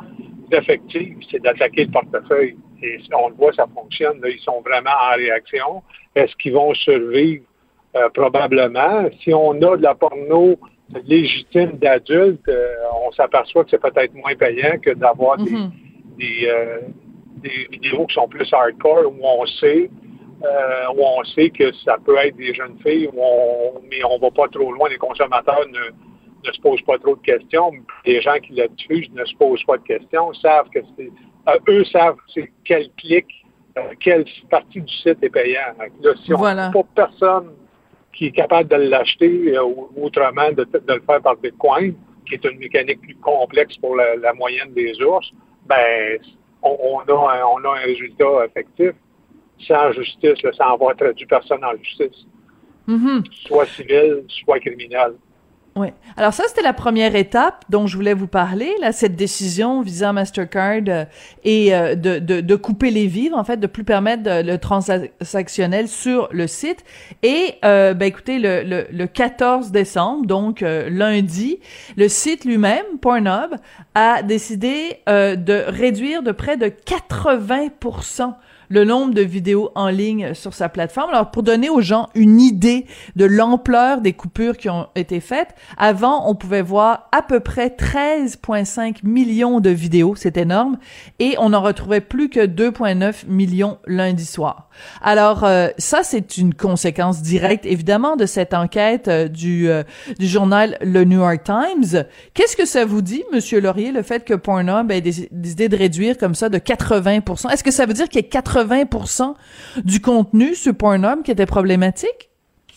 effectives, c'est d'attaquer le portefeuille. Et on le voit, ça fonctionne. Là, ils sont vraiment en réaction. Est-ce qu'ils vont survivre? Euh, probablement. Si on a de la porno légitime d'adultes, euh, on s'aperçoit que c'est peut-être moins payant que d'avoir mm-hmm. des, des, euh, des vidéos qui sont plus hardcore, où on sait euh, où on sait que ça peut être des jeunes filles, où on, mais on va pas trop loin. Les consommateurs ne, ne se posent pas trop de questions. Les gens qui le diffusent ne se posent pas de questions, savent que c'est euh, eux savent c'est quel clic, euh, quelle partie du site est payant. Là, si on voilà. n'a pas personne qui est capable de l'acheter euh, ou autrement de, de le faire par Bitcoin, qui est une mécanique plus complexe pour la, la moyenne des ours, ben on, on, a un, on a un résultat effectif sans justice, là, sans avoir traduit personne en justice, mm-hmm. soit civile, soit criminelle. Oui. Alors ça, c'était la première étape dont je voulais vous parler, là, cette décision Visa, Mastercard euh, et euh, de, de, de couper les vivres, en fait, de plus permettre de, le transactionnel sur le site. Et, euh, ben écoutez, le, le, le quatorze décembre, donc euh, lundi, le site lui-même, Pornhub, a décidé euh, de réduire de près de quatre-vingts pour cent le nombre de vidéos en ligne sur sa plateforme. Alors, pour donner aux gens une idée de l'ampleur des coupures qui ont été faites, avant, on pouvait voir à peu près treize virgule cinq millions de vidéos, c'est énorme, et on n'en retrouvait plus que deux virgule neuf millions lundi soir. Alors, euh, ça, c'est une conséquence directe, évidemment, de cette enquête euh, du, euh, du journal Le New York Times. Qu'est-ce que ça vous dit, Monsieur Laurier, le fait que Pornhub ait décidé de réduire comme ça de quatre-vingts pour cent? Est-ce que ça veut dire qu'il y a quatre-vingts pour cent du contenu sur Pornhub qui était problématique?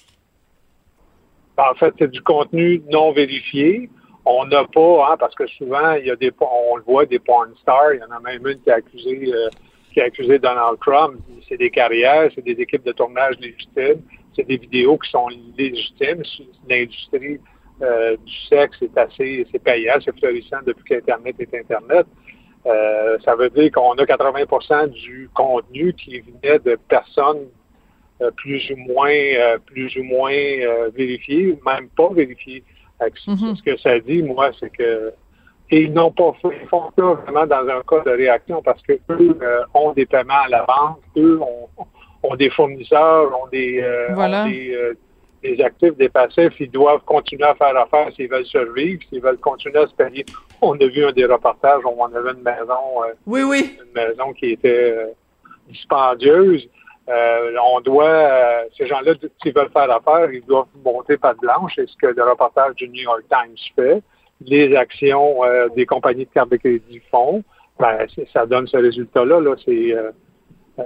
En fait, c'est du contenu non vérifié. On n'a pas, hein, parce que souvent, il y a des, on le voit, des porn stars. Il y en a même une qui a accusé, euh, qui a accusé Donald Trump. C'est des carrières, c'est des équipes de tournage légitimes, c'est des vidéos qui sont légitimes. L'industrie euh, du sexe est assez, c'est payant, c'est florissant depuis qu'Internet est Internet. Euh, ça veut dire qu'on a quatre-vingts pour cent du contenu qui venait de personnes euh, plus ou moins euh, plus ou moins euh, vérifiées, même pas vérifiées. Mm-hmm. Ce que ça dit, moi, c'est que et ils n'ont pas fait, ils font ça vraiment dans un cas de réaction parce que eux euh, ont des paiements à l'avance, eux ont, ont des fournisseurs, ont des, euh, voilà. ont des, euh, des actifs, des passifs, ils doivent continuer à faire affaire s'ils veulent survivre, s'ils veulent continuer à se payer. On a vu un des reportages où on avait une maison, euh, oui, oui. une maison qui était euh, dispendieuse. Euh, on doit, euh, ces gens-là, s'ils veulent faire affaire, ils doivent monter patte blanche. C'est ce que le reportage du New York Times fait. Les actions euh, des compagnies de carte de crédit font. Ben, ça donne ce résultat-là. Là, c'est, euh, euh,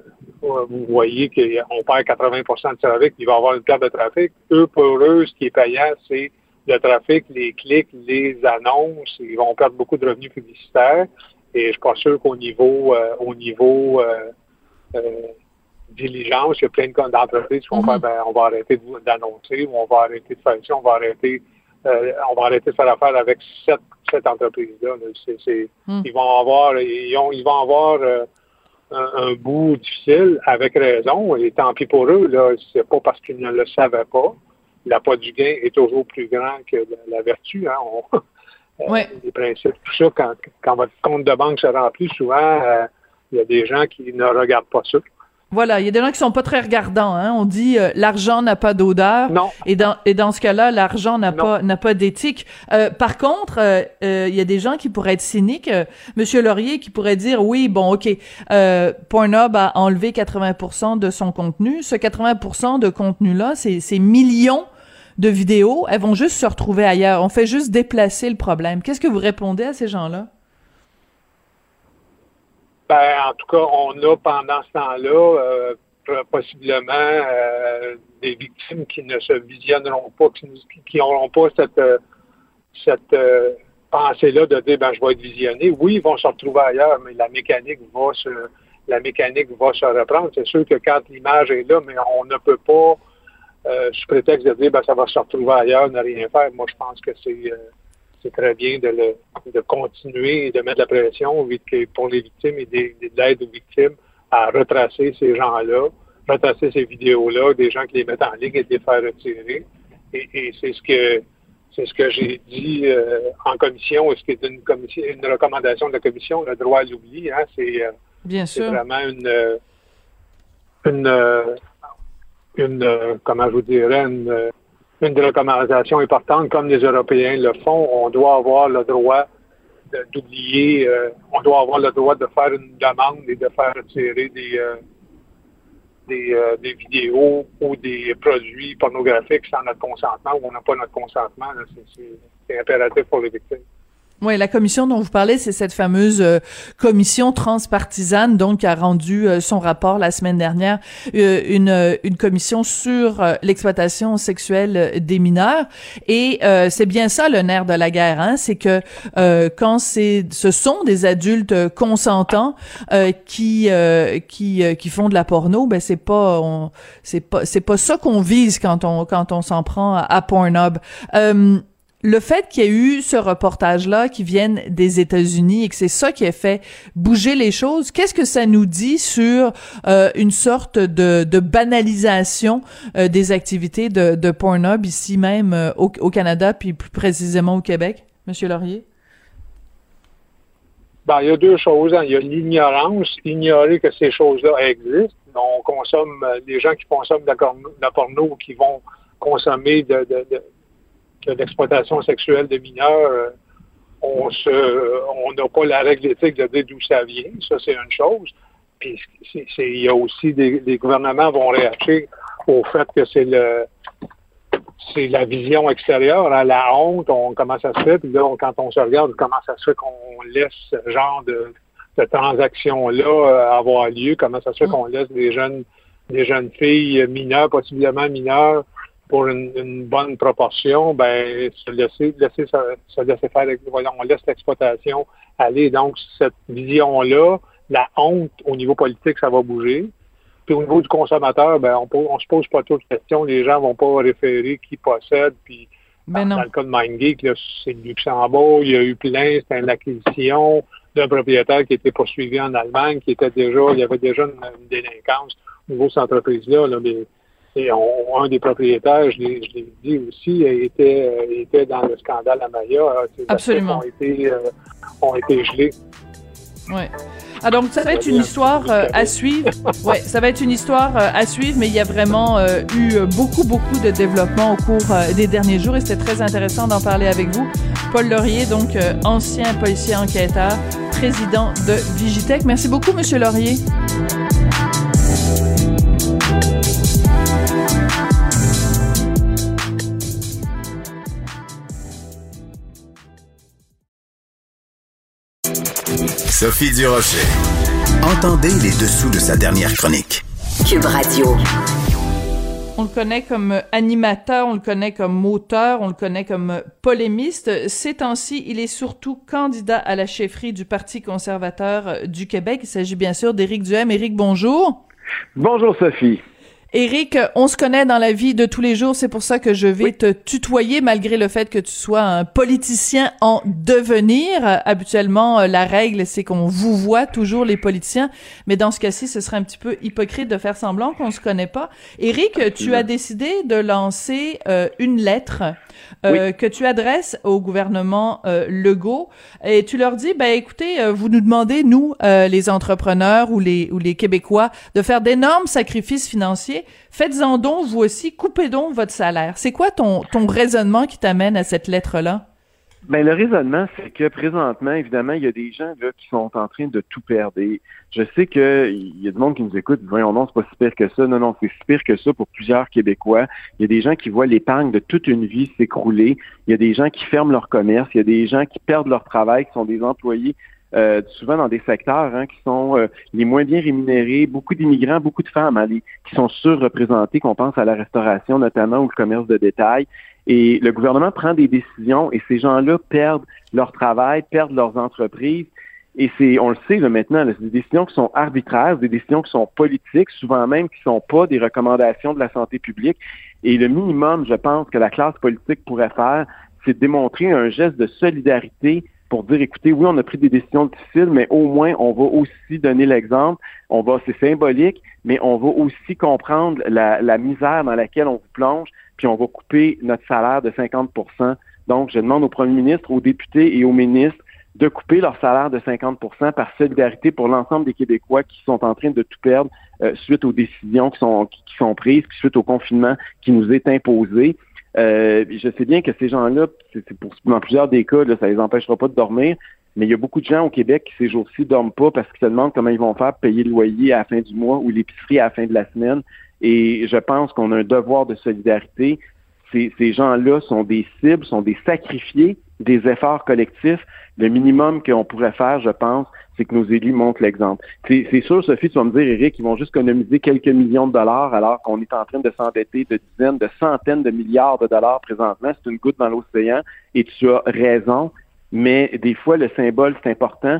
vous voyez qu'on perd quatre-vingts pour cent de trafic. Il va y avoir une perte de trafic. Eux, pour eux, ce qui est payant, c'est le trafic, les clics, les annonces. Ils vont perdre beaucoup de revenus publicitaires. Et je suis pas sûr qu'au niveau, euh, au niveau euh, euh, diligence, il y a plein d'entreprises qui vont mm-hmm. faire, ben, on va arrêter d'annoncer, ou on va arrêter de faire ça, on va arrêter, euh, on va arrêter de faire affaire avec cette, cette entreprise-là. Là. C'est, c'est, mm. Ils vont avoir, ils, ont, ils vont avoir euh, un, un bout difficile, avec raison, et tant pis pour eux, là, c'est pas parce qu'ils ne le savaient pas. L'appât du gain est toujours plus grand que la, la vertu. Hein. On, euh, ouais. Les principes, tout ça, quand, quand votre compte de banque se remplit, souvent, euh, il y a des gens qui ne regardent pas ça. Voilà, il y a des gens qui sont pas très regardants. Hein. On dit euh, l'argent n'a pas d'odeur. Non. Et dans et dans ce cas-là, l'argent n'a non. pas n'a pas d'éthique. Euh, par contre, euh, euh, il y a des gens qui pourraient être cyniques. Euh, Monsieur Laurier qui pourrait dire oui, bon, ok, euh, Pornhub a enlevé quatre-vingts pour cent de son contenu. Ce quatre-vingts pour cent de contenu-là, c'est c'est millions de vidéos. Elles vont juste se retrouver ailleurs. On fait juste déplacer le problème. Qu'est-ce que vous répondez à ces gens-là? Ben, en tout cas, on a pendant ce temps-là euh, possiblement euh, des victimes qui ne se visionneront pas, qui n'auront pas cette, euh, cette euh, pensée-là de dire ben je vais être visionné. Oui, ils vont se retrouver ailleurs, mais la mécanique va se la mécanique va se reprendre. C'est sûr que quand l'image est là, mais on ne peut pas, euh, sous prétexte de dire ben ça va se retrouver ailleurs, ne rien faire. Moi, je pense que c'est euh, c'est très bien de, le, de continuer et de mettre la pression pour les victimes et de l'aide aux victimes à retracer ces gens-là, retracer ces vidéos-là, des gens qui les mettent en ligne et de les faire retirer. Et, et c'est ce que c'est ce que j'ai dit euh, en commission, et ce qui est une, commission, une recommandation de la commission, le droit à l'oubli. Hein, c'est, euh, Bien c'est sûr. vraiment une, une, une, une, comment je vous dirais, une, une des recommandations importantes, comme les Européens le font. On doit avoir le droit de, d'oublier, euh, on doit avoir le droit de faire une demande et de faire retirer des... Euh, Des, euh, des vidéos ou des produits pornographiques sans notre consentement ou on n'a pas notre consentement. Là, c'est, c'est, c'est impératif pour les victimes. Oui, la commission dont vous parlez, c'est cette fameuse euh, commission transpartisane, donc, qui a rendu euh, son rapport la semaine dernière, euh, une euh, une commission sur euh, l'exploitation sexuelle des mineurs. Et euh, c'est bien ça le nerf de la guerre, hein, c'est que euh, quand c'est, ce sont des adultes consentants euh, qui euh, qui euh, qui font de la porno, ben c'est pas on, c'est pas c'est pas ça qu'on vise quand on quand on s'en prend à, à Pornhub. Euh, Le fait qu'il y ait eu ce reportage-là qui vienne des États-Unis et que c'est ça qui a fait bouger les choses, qu'est-ce que ça nous dit sur euh, une sorte de, de banalisation euh, des activités de, de Pornhub ici même euh, au, au Canada, puis plus précisément au Québec, Monsieur Laurier? Ben, il y a deux choses. Hein. Il y a l'ignorance, ignorer que ces choses-là existent. On consomme, les gens qui consomment de la, corno, de la porno ou qui vont consommer de, de, de de l'exploitation sexuelle de mineurs, euh, on se, on n'a pas la règle éthique de dire d'où ça vient. Ça, c'est une chose. Puis, c'est, c'est, il y a aussi des, des gouvernements vont réagir au fait que c'est le, c'est la vision extérieure, hein, la honte, on, comment ça se fait. Puis là, on, quand on se regarde, comment ça se fait qu'on laisse ce genre de, de transaction-là euh, avoir lieu, comment ça se fait qu'on laisse des jeunes, des jeunes filles mineures, possiblement mineures, pour une, une bonne proportion, ben se laisser, laisser se, se laisser faire, voilà, on laisse l'exploitation aller. Donc, cette vision-là, la honte au niveau politique, ça va bouger. Puis au niveau du consommateur, ben on, on se pose pas trop de questions. Les gens vont pas référer qui possède. Puis ben dans, dans le cas de MindGeek, là, c'est le Luxembourg, il y a eu plein, c'était une acquisition d'un propriétaire qui était poursuivi en Allemagne, qui était déjà, il y avait déjà une, une délinquance au niveau de cette entreprise-là, là, mais et on, un des propriétaires, je l'ai, je l'ai dit aussi, était, euh, était dans le scandale à Maya. Ces Absolument. Ont été, euh, ont été gelés. Oui. Ah, donc ça va être une histoire euh, à suivre. Ouais, ça va être une histoire euh, à suivre, mais il y a vraiment euh, eu beaucoup, beaucoup de développement au cours euh, des derniers jours et c'était très intéressant d'en parler avec vous. Paul Laurier, donc euh, ancien policier enquêteur, président de Vigitech. Merci beaucoup, Monsieur Laurier. Sophie Durocher. Entendez les dessous de sa dernière chronique. Cube Radio. On le connaît comme animateur, on le connaît comme auteur, on le connaît comme polémiste. Ces temps-ci, il est surtout candidat à la chefferie du Parti conservateur du Québec. Il s'agit bien sûr d'Éric Duhaime. Éric, bonjour. Bonjour, Sophie. Éric, on se connaît dans la vie de tous les jours, c'est pour ça que je vais oui. te tutoyer malgré le fait que tu sois un politicien en devenir. Habituellement, la règle, c'est qu'on vous voit toujours les politiciens, mais dans ce cas-ci, ce serait un petit peu hypocrite de faire semblant qu'on se connaît pas. Éric, tu as décidé de lancer euh, une lettre euh, oui. que tu adresses au gouvernement euh, Legault et tu leur dis, ben écoutez, euh, vous nous demandez, nous, euh, les entrepreneurs ou les, ou les Québécois, de faire d'énormes sacrifices financiers. Faites-en donc, vous aussi, coupez donc votre salaire. C'est quoi ton, ton raisonnement qui t'amène à cette lettre-là? Ben, le raisonnement, c'est que présentement, évidemment, il y a des gens là qui sont en train de tout perdre. Et je sais qu'il y a du monde qui nous écoute, voyons non, c'est pas si pire que ça. Non, non, c'est si pire que ça pour plusieurs Québécois. Il y a des gens qui voient l'épargne de toute une vie s'écrouler. Il y a des gens qui ferment leur commerce. Il y a des gens qui perdent leur travail, qui sont des employés Euh, souvent dans des secteurs hein, qui sont euh, les moins bien rémunérés, beaucoup d'immigrants, beaucoup de femmes hein, les, qui sont surreprésentées, qu'on pense à la restauration notamment ou le commerce de détail. Et le gouvernement prend des décisions et ces gens-là perdent leur travail, perdent leurs entreprises. Et c'est, on le sait là, maintenant, là, c'est des décisions qui sont arbitraires, des décisions qui sont politiques, souvent même qui ne sont pas des recommandations de la santé publique. Et le minimum, je pense, que la classe politique pourrait faire, c'est de démontrer un geste de solidarité pour dire, écoutez, oui, on a pris des décisions difficiles, mais au moins, on va aussi donner l'exemple. On va, c'est symbolique, mais on va aussi comprendre la, la misère dans laquelle on vous plonge, puis on va couper notre salaire de cinquante pour cent Donc, je demande au premier ministre, aux députés et aux ministres de couper leur salaire de cinquante pour cent par solidarité pour l'ensemble des Québécois qui sont en train de tout perdre euh, suite aux décisions qui sont qui, qui sont prises, puis suite au confinement qui nous est imposé. Euh, je sais bien que ces gens-là, c'est, c'est pour, dans plusieurs des cas, là, ça les empêchera pas de dormir, mais il y a beaucoup de gens au Québec qui ces jours-ci dorment pas parce qu'ils se demandent comment ils vont faire pour payer le loyer à la fin du mois ou l'épicerie à la fin de la semaine. Et je pense qu'on a un devoir de solidarité. Ces, ces gens-là sont des cibles, sont des sacrifiés des efforts collectifs. Le minimum qu'on pourrait faire, je pense, c'est que nos élus montrent l'exemple. C'est, c'est sûr, Sophie, tu vas me dire, Éric, ils vont juste économiser quelques millions de dollars alors qu'on est en train de s'endetter de dizaines, de centaines de milliards de dollars présentement. C'est une goutte dans l'océan et tu as raison, mais des fois, le symbole, c'est important.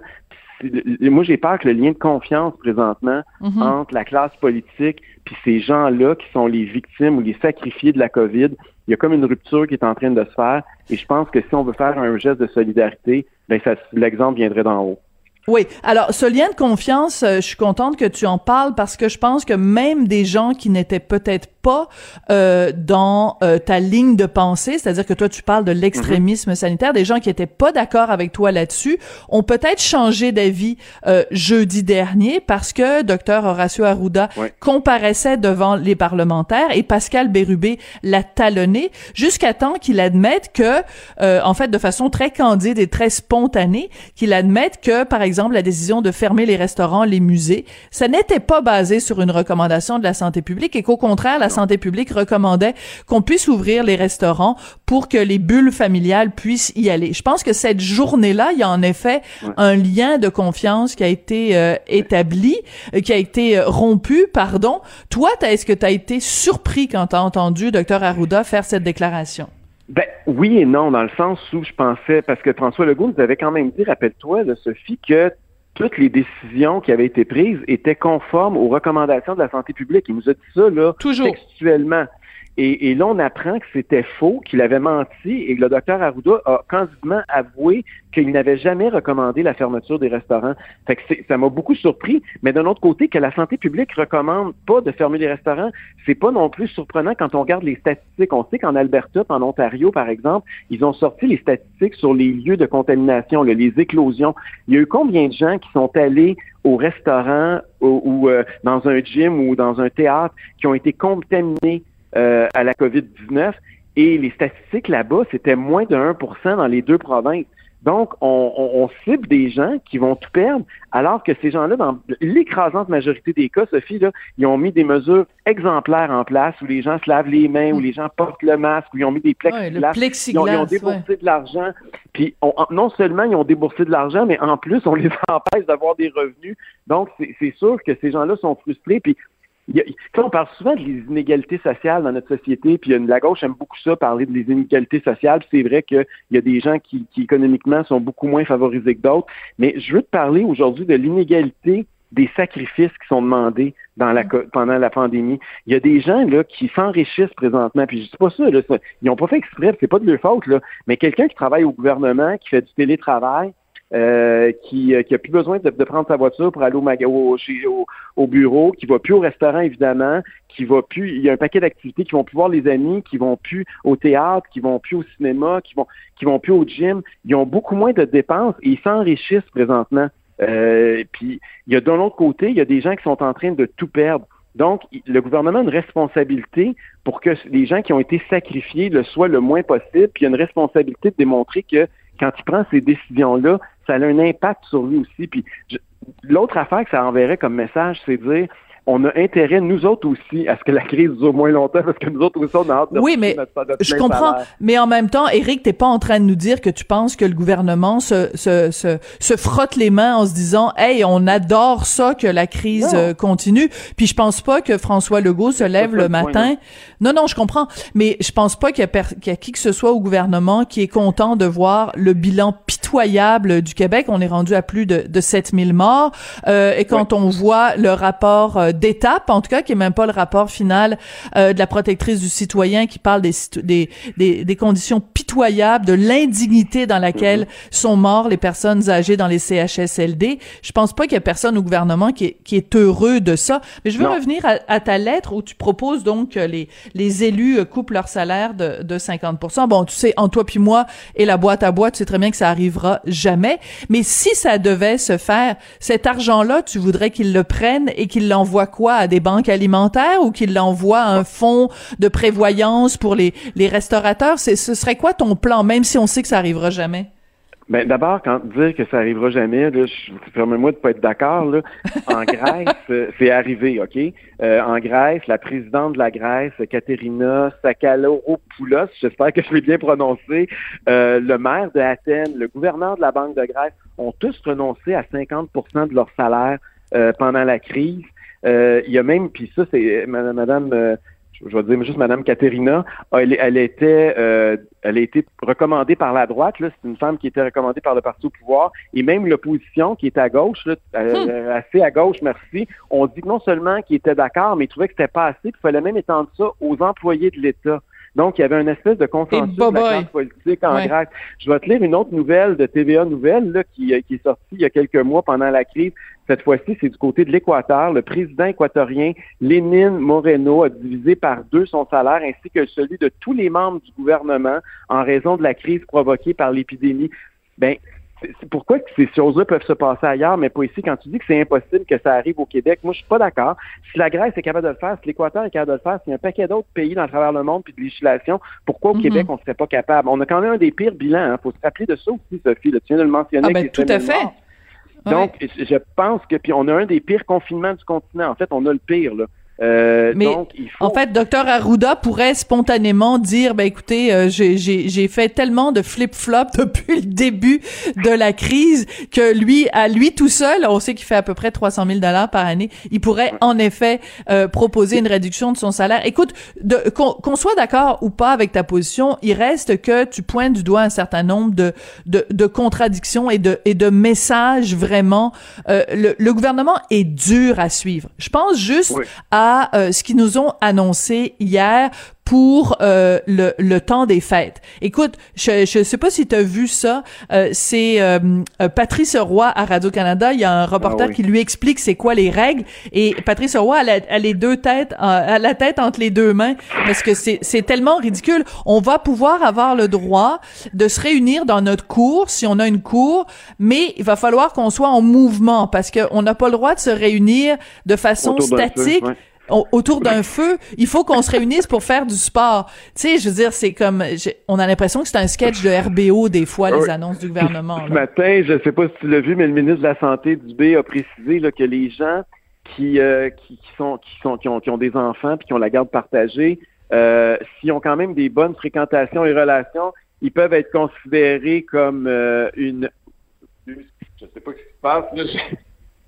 Moi, j'ai peur que le lien de confiance présentement mm-hmm. entre la classe politique puis ces gens-là qui sont les victimes ou les sacrifiés de la COVID, il y a comme une rupture qui est en train de se faire. Et je pense que si on veut faire un geste de solidarité, ben ça, l'exemple viendrait d'en haut. Oui. Alors, ce lien de confiance, euh, je suis contente que tu en parles parce que je pense que même des gens qui n'étaient peut-être pas euh, dans euh, ta ligne de pensée, c'est-à-dire que toi, tu parles de l'extrémisme mm-hmm. sanitaire, des gens qui étaient pas d'accord avec toi là-dessus, ont peut-être changé d'avis euh, jeudi dernier parce que Dr Horacio Arruda ouais. comparaissait devant les parlementaires et Pascal Bérubé l'a talonné jusqu'à temps qu'il admette que, euh, en fait, de façon très candide et très spontanée, qu'il admette que, par exemple, exemple, la décision de fermer les restaurants, les musées, ça n'était pas basé sur une recommandation de la santé publique et qu'au contraire, la santé publique recommandait qu'on puisse ouvrir les restaurants pour que les bulles familiales puissent y aller. Je pense que cette journée-là, il y a en effet ouais. un lien de confiance qui a été euh, établi, euh, qui a été euh, rompu, pardon. Toi, t'as, est-ce que tu as été surpris quand tu as entendu Dr Arruda faire cette déclaration? Ben oui et non, dans le sens où je pensais, parce que François Legault nous avait quand même dit, rappelle-toi, là, Sophie, que toutes les décisions qui avaient été prises étaient conformes aux recommandations de la santé publique. Il nous a dit ça, là, Toujours. textuellement. Et, et là, on apprend que c'était faux, qu'il avait menti et que le docteur Arruda a candidement avoué qu'il n'avait jamais recommandé la fermeture des restaurants. Fait que c'est, ça m'a beaucoup surpris, mais d'un autre côté, que la santé publique recommande pas de fermer les restaurants, c'est pas non plus surprenant quand on regarde les statistiques. On sait qu'en Alberta, en Ontario, par exemple, ils ont sorti les statistiques sur les lieux de contamination, là, les éclosions. Il y a eu combien de gens qui sont allés au restaurant ou, ou euh, dans un gym ou dans un théâtre qui ont été contaminés Euh, à la covid dix-neuf, et les statistiques là-bas, c'était moins de un pour cent dans les deux provinces. Donc, on, on, on cible des gens qui vont tout perdre, alors que ces gens-là, dans l'écrasante majorité des cas, Sophie, là, ils ont mis des mesures exemplaires en place où les gens se lavent les mains, où les gens portent le masque, où ils ont mis des plexiglas. Ouais, plexiglas ils, ont, ils ont déboursé ouais. de l'argent. Puis, on, non seulement ils ont déboursé de l'argent, mais en plus, on les empêche d'avoir des revenus. Donc, c'est, c'est sûr que ces gens-là sont frustrés. Puis, Il y a, on parle souvent des inégalités sociales dans notre société, puis la gauche aime beaucoup ça, parler des inégalités sociales. Puis c'est vrai qu'il y a des gens qui, qui économiquement sont beaucoup moins favorisés que d'autres. Mais je veux te parler aujourd'hui de l'inégalité des sacrifices qui sont demandés dans la, pendant la pandémie. Il y a des gens là qui s'enrichissent présentement, puis je dis pas ça, là, ça ils n'ont pas fait exprès, c'est pas de leur faute, là, mais quelqu'un qui travaille au gouvernement, qui fait du télétravail, Euh, qui, euh, qui a plus besoin de, de prendre sa voiture pour aller au, mag- au, chez, au, au bureau, qui va plus au restaurant évidemment, qui va plus, il y a un paquet d'activités qui vont plus voir les amis, qui vont plus au théâtre, qui vont plus au cinéma, qui vont qui vont plus au gym. Ils ont beaucoup moins de dépenses et ils s'enrichissent présentement. Euh, puis il y a d'un autre côté, il y a des gens qui sont en train de tout perdre. Donc, le gouvernement a une responsabilité pour que les gens qui ont été sacrifiés le soient le moins possible, puis il y a une responsabilité de démontrer que quand il prend ces décisions-là, ça a un impact sur lui aussi. Puis je, l'autre affaire que ça enverrait comme message, c'est de dire on a intérêt, nous autres aussi, à ce que la crise dure moins longtemps, parce que nous autres aussi, on a hâte de oui, mais notre, notre je comprends. Salaire. Mais en même temps, Éric, t'es pas en train de nous dire que tu penses que le gouvernement se, se, se, se frotte les mains en se disant « Hey, on adore ça que la crise euh, continue. » Puis je pense pas que François Legault se lève le matin. Point, non. non, non, je comprends. Mais je pense pas qu'il y a, per- qu'il y a qui que ce soit au gouvernement qui est content de voir le bilan pitoyable du Québec. On est rendu à plus de, de sept mille morts. Euh, et quand oui. on voit le rapport euh, d'étape, en tout cas, qui est même pas le rapport final euh, de la protectrice du citoyen qui parle des, des, des, des conditions pitoyables, de l'indignité dans laquelle mm-hmm. sont morts les personnes âgées dans les C H S L D. Je pense pas qu'il y a personne au gouvernement qui est, qui est heureux de ça. Mais je veux non. revenir à, à ta lettre où tu proposes donc que les, les élus coupent leur salaire de, de cinquante pour cent. Bon, tu sais, en toi puis moi et la boîte à boîte, tu sais très bien que ça arrivera jamais. Mais si ça devait se faire, cet argent-là, tu voudrais qu'ils le prennent et qu'ils l'envoient quoi? À des banques alimentaires ou qu'ils l'envoient à un fonds de prévoyance pour les, les restaurateurs? C'est, ce serait quoi ton plan, même si on sait que ça arrivera jamais? Ben d'abord, quand dire que ça arrivera jamais, là, je, permets-moi de pas être d'accord. Là. En Grèce, euh, c'est arrivé, ok. Euh, en Grèce, la présidente de la Grèce, Katerina Sakaloropoulos, j'espère que je l'ai bien prononcé, euh, le maire de Athènes, le gouverneur de la Banque de Grèce, ont tous renoncé à cinquante pour cent de leur salaire euh, pendant la crise. Euh, il y a même, puis ça, c'est Madame. madame euh, je vais dire juste Madame Katerina, elle, elle était euh, elle a été recommandée par la droite, là, c'est une femme qui était recommandée par le parti au pouvoir, et même l'opposition qui était à gauche, là, euh, assez à gauche, merci, on dit que non seulement qu'ils étaient d'accord, mais ils trouvaient que c'était pas assez, puis il fallait même étendre ça aux employés de l'État. Donc, il y avait une espèce de consensus de la classe politique en ouais. Grèce. Je vais te lire une autre nouvelle de T V A Nouvelles là, qui, qui est sortie il y a quelques mois pendant la crise. Cette fois-ci, c'est du côté de l'Équateur. Le président équatorien Lénine Moreno a divisé par deux son salaire ainsi que celui de tous les membres du gouvernement en raison de la crise provoquée par l'épidémie. Ben, c'est pourquoi ces choses-là peuvent se passer ailleurs, mais pas ici. Quand tu dis que c'est impossible que ça arrive au Québec, moi, je suis pas d'accord. Si la Grèce est capable de le faire, si l'Équateur est capable de le faire, s'il y a un paquet d'autres pays dans travers le monde puis de législation, pourquoi au mm-hmm. Québec, on serait pas capable? On a quand même un des pires bilans. Hein. Faut se rappeler de ça aussi, Sophie. Là. Tu viens de le mentionner. Ah ben, tout à fait. Donc, ouais. je pense que, puis on a un des pires confinements du continent. En fait, on a le pire, là. Euh, Mais donc, il faut... en fait, docteur Arruda pourrait spontanément dire, ben écoutez, euh, j'ai, j'ai, j'ai fait tellement de flip-flop depuis le début de la crise que lui, à lui tout seul, on sait qu'il fait à peu près trois cent mille dollars par année, il pourrait en effet euh, proposer une réduction de son salaire. Écoute, de, qu'on, qu'on soit d'accord ou pas avec ta position, il reste que tu pointes du doigt un certain nombre de de, de contradictions et de et de messages vraiment. Euh, le, le gouvernement est dur à suivre. Je pense juste oui. à À, euh, ce qu'ils nous ont annoncé hier pour euh, le, le temps des fêtes. Écoute, je je sais pas si tu as vu ça, euh, c'est euh, Patrice Roy à Radio-Canada, il y a un reporter ah oui. qui lui explique c'est quoi les règles, et Patrice Roy a, a les deux têtes, a la tête entre les deux mains, parce que c'est c'est tellement ridicule. On va pouvoir avoir le droit de se réunir dans notre cour, si on a une cour, mais il va falloir qu'on soit en mouvement, parce que on n'a pas le droit de se réunir de façon Autour statique. Feu, ouais. Autour d'un feu, il faut qu'on se réunisse pour faire du sport. Tu sais, je veux dire, c'est comme, on a l'impression que c'est un sketch de R B O des fois, les annonces du gouvernement. Ce matin, je sais pas si tu l'as vu, mais le ministre de la Santé du B a précisé là, que les gens qui, euh, qui, qui sont, qui sont, qui ont, qui ont des enfants puis qui ont la garde partagée, euh, s'ils ont quand même des bonnes fréquentations et relations, ils peuvent être considérés comme euh, une, je sais pas ce qui se passe là. Je...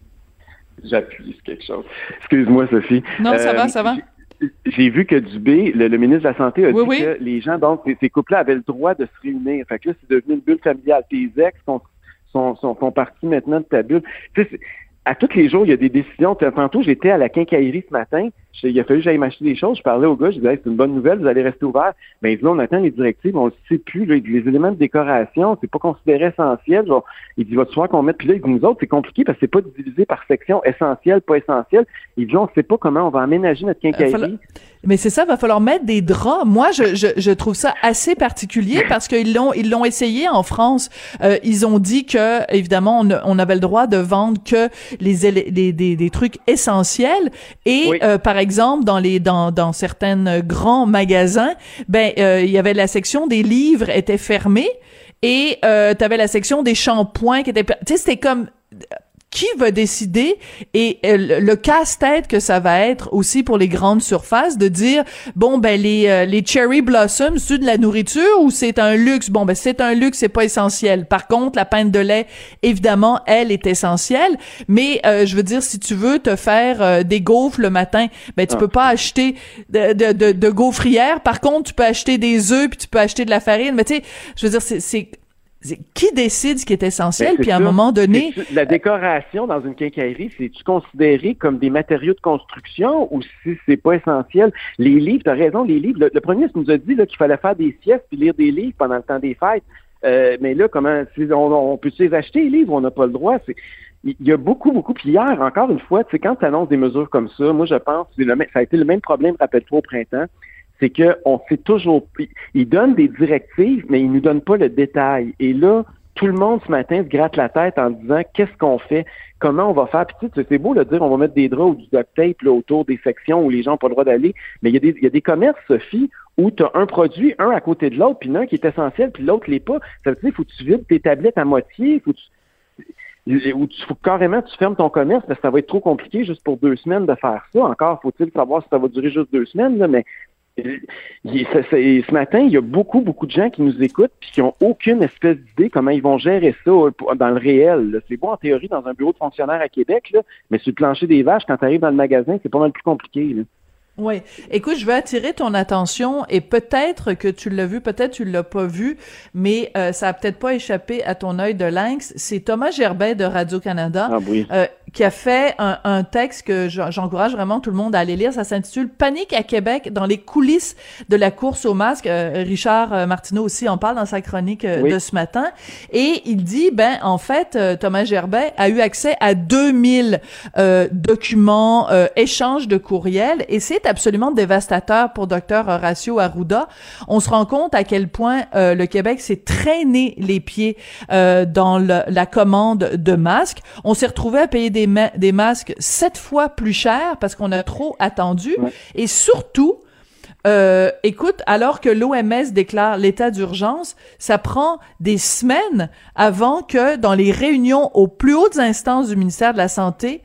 J'appuie sur quelque chose. Excuse-moi, Sophie. Non, ça euh, va, ça va. J'ai, j'ai vu que Dubé, le, le ministre de la Santé, a oui, dit oui. que les gens, donc, ces, ces couples-là avaient le droit de se réunir. Fait que là, c'est devenu une bulle familiale. Tes ex sont, sont, sont, font partie maintenant de ta bulle. Tu sais, à tous les jours, il y a des décisions. Tantôt, j'étais à la quincaillerie ce matin. Il a fallu que j'aille m'acheter des choses. Je parlais au gars, je disais, hey, c'est une bonne nouvelle, vous allez rester ouvert. Mais ben, là, on attend les directives, on ne sait plus. Là, les éléments de décoration, c'est pas considéré essentiel. Genre, il dit, va-tu voir qu'on mette. Puis là, il dit, nous autres, c'est compliqué parce que c'est pas divisé par section essentielle, pas essentielle. Il dit, on ne sait pas comment on va aménager notre quincaillerie. Euh, falloir... Mais c'est ça, il va falloir mettre des draps. Moi, je, je, je trouve ça assez particulier parce qu'ils l'ont, ils l'ont essayé en France. Euh, ils ont dit que, évidemment, on, on avait le droit de vendre que les, les, des, des trucs essentiels. Et, oui. euh, par exemple, dans les Dans, dans certains grands magasins, ben euh, il y avait la section des livres était fermée et euh, t'avais la section des shampoings qui était, tu sais, c'était comme qui va décider et euh, le, le casse-tête que ça va être aussi pour les grandes surfaces de dire bon ben les euh, les cherry blossoms c'est de la nourriture ou c'est un luxe. Bon ben c'est un luxe, c'est pas essentiel. Par contre la pinte de lait évidemment elle est essentielle, mais euh, je veux dire si tu veux te faire euh, des gaufres le matin, ben tu ah. peux pas acheter de de de, de gaufrières. Par contre tu peux acheter des œufs puis tu peux acheter de la farine, mais tu sais je veux dire c'est c'est qui décide ce qui est essentiel, ben, puis à un ça. moment donné... C'est, la décoration dans une quincaillerie, c'est-tu considéré comme des matériaux de construction ou si c'est pas essentiel? Les livres, t'as raison, les livres, le, le premier ministre nous a dit là, qu'il fallait faire des siestes puis lire des livres pendant le temps des fêtes. Euh, mais là, comment, on, on peut-tu les acheter, les livres? On n'a pas le droit. C'est, il y a beaucoup, beaucoup. Puis hier, encore une fois, tu sais, quand tu annonces des mesures comme ça, moi, je pense que c'est le, ça a été le même problème, rappelle-toi, au printemps. C'est qu'on sait toujours, ils donnent des directives, mais ils nous donnent pas le détail. Et là, tout le monde ce matin se gratte la tête en disant qu'est-ce qu'on fait, comment on va faire. Puis tu sais, c'est beau de dire on va mettre des draps ou du duct tape là, autour des sections où les gens n'ont pas le droit d'aller, mais il y a des, il y a des commerces, Sophie, où tu as un produit, un à côté de l'autre, puis l'un qui est essentiel, puis l'autre l'est pas. Ça veut dire qu'il faut que tu vides tes tablettes à moitié, faut que tu Ou tu faut carrément tu fermes ton commerce parce que ça va être trop compliqué juste pour deux semaines de faire ça. Encore faut-il savoir si ça va durer juste deux semaines, là, mais ce matin, il y a beaucoup, beaucoup de gens qui nous écoutent puis qui ont aucune espèce d'idée comment ils vont gérer ça dans le réel. Là. C'est beau en théorie dans un bureau de fonctionnaire à Québec, là, mais sur le plancher des vaches, quand tu arrives dans le magasin, c'est pas mal plus compliqué. Là. Oui. Écoute, je veux attirer ton attention et peut-être que tu l'as vu, peut-être tu l'as pas vu, mais euh, ça a peut-être pas échappé à ton œil de lynx. C'est Thomas Gerbet de Radio-Canada ah, oui. euh, qui a fait un, un texte que j'encourage vraiment tout le monde à aller lire. Ça s'intitule « Panique à Québec dans les coulisses de la course au masque ». Euh, Richard Martineau aussi en parle dans sa chronique euh, oui. de ce matin. Et il dit, ben en fait, euh, Thomas Gerbet a eu accès à deux mille euh, documents, euh, échanges de courriels, et c'est absolument dévastateur pour Dr Horacio Arruda. On se rend compte à quel point euh, le Québec s'est traîné les pieds euh, dans le, la commande de masques. On s'est retrouvé à payer des, ma- des masques sept fois plus cher parce qu'on a trop attendu. Ouais. Et surtout, euh, écoute, alors que l'O M S déclare l'état d'urgence, ça prend des semaines avant que dans les réunions aux plus hautes instances du ministère de la Santé,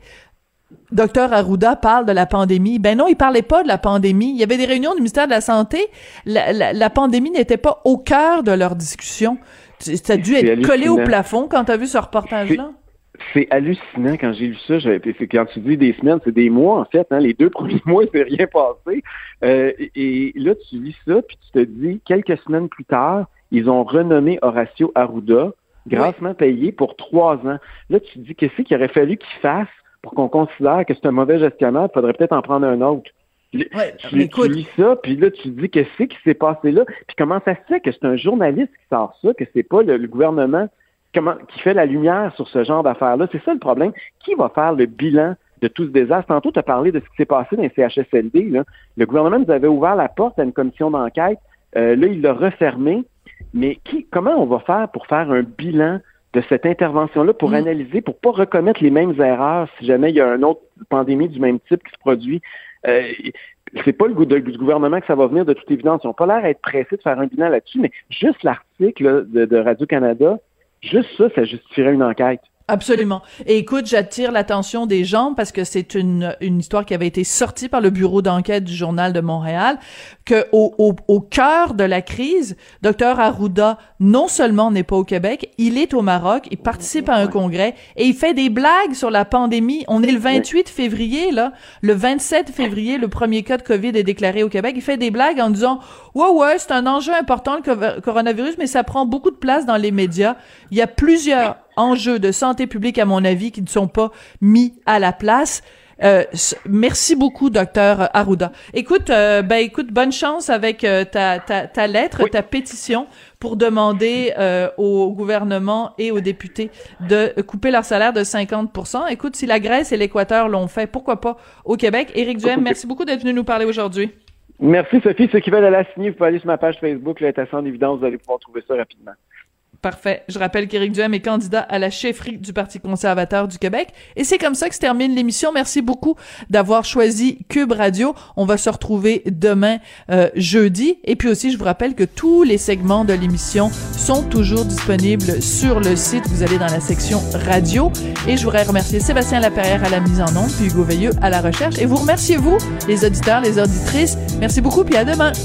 Docteur Arruda parle de la pandémie. Ben non, il parlait pas de la pandémie. Il y avait des réunions du ministère de la Santé. La, la, la pandémie n'était pas au cœur de leur discussion. Ça a dû être hallucinant. Collé au plafond quand tu as vu ce reportage-là. C'est, c'est hallucinant quand j'ai lu ça. J'avais, c'est, quand tu dis des semaines, c'est des mois en fait. Hein, les deux premiers mois, il s'est rien passé. Euh, et, et là, tu lis ça, puis tu te dis, quelques semaines plus tard, ils ont renommé Horacio Arruda, grassement oui. payé pour trois ans. Là, tu te dis, qu'est-ce qu'il aurait fallu qu'il fasse pour qu'on considère que c'est un mauvais gestionnaire, il faudrait peut-être en prendre un autre. Ouais, tu, tu lis ça, puis là, tu te dis qu'est-ce qui s'est passé là, puis comment ça se fait que c'est un journaliste qui sort ça, que c'est pas le, le gouvernement comment, qui fait la lumière sur ce genre d'affaires-là. C'est ça le problème. Qui va faire le bilan de tout ce désastre? Tantôt, tu as parlé de ce qui s'est passé dans les C H S L D. Là. Le gouvernement nous avait ouvert la porte à une commission d'enquête. Euh, là, il l'a refermée. Mais qui, comment on va faire pour faire un bilan de cette intervention-là pour mmh. analyser, pour pas recommettre les mêmes erreurs si jamais il y a une autre pandémie du même type qui se produit. Euh, c'est pas le goût du gouvernement que ça va venir de toute évidence. Ils n'ont pas l'air d'être pressés de faire un bilan là-dessus, mais juste l'article là, de, de Radio-Canada, juste ça, ça justifierait une enquête. Absolument. Et écoute, j'attire l'attention des gens parce que c'est une une histoire qui avait été sortie par le bureau d'enquête du Journal de Montréal, que au au, au cœur de la crise, Docteur Arruda non seulement n'est pas au Québec, il est au Maroc, il participe à un congrès et il fait des blagues sur la pandémie. On est le vingt-huit février là, le vingt-sept février, le premier cas de Covid est déclaré au Québec. Il fait des blagues en disant ouais ouais, c'est un enjeu important le coronavirus, mais ça prend beaucoup de place dans les médias. Il y a plusieurs enjeux de santé publique, à mon avis, qui ne sont pas mis à la place. Euh, merci beaucoup, docteur Arruda. Écoute, euh, ben écoute, bonne chance avec euh, ta, ta, ta lettre, oui. ta pétition pour demander euh, au gouvernement et aux députés de couper leur salaire de cinquante pour cent. Écoute, si la Grèce et l'Équateur l'ont fait, pourquoi pas au Québec? Éric Duhaime, okay. merci beaucoup d'être venu nous parler aujourd'hui. Merci, Sophie. Ceux qui veulent aller la signer, vous pouvez aller sur ma page Facebook, là, est assez en évidence, vous allez pouvoir trouver ça rapidement. Parfait. Je rappelle qu'Éric Duhaime est candidat à la chefferie du Parti conservateur du Québec. Et c'est comme ça que se termine l'émission. Merci beaucoup d'avoir choisi Cube Radio. On va se retrouver demain, euh, jeudi. Et puis aussi, je vous rappelle que tous les segments de l'émission sont toujours disponibles sur le site. Vous allez dans la section radio. Et je voudrais remercier Sébastien Laperrière à la mise en onde, puis Hugo Veilleux à la recherche. Et vous remerciez, vous, les auditeurs, les auditrices. Merci beaucoup, puis à demain.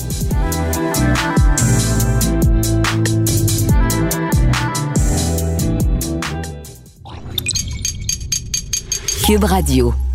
Cube Radio.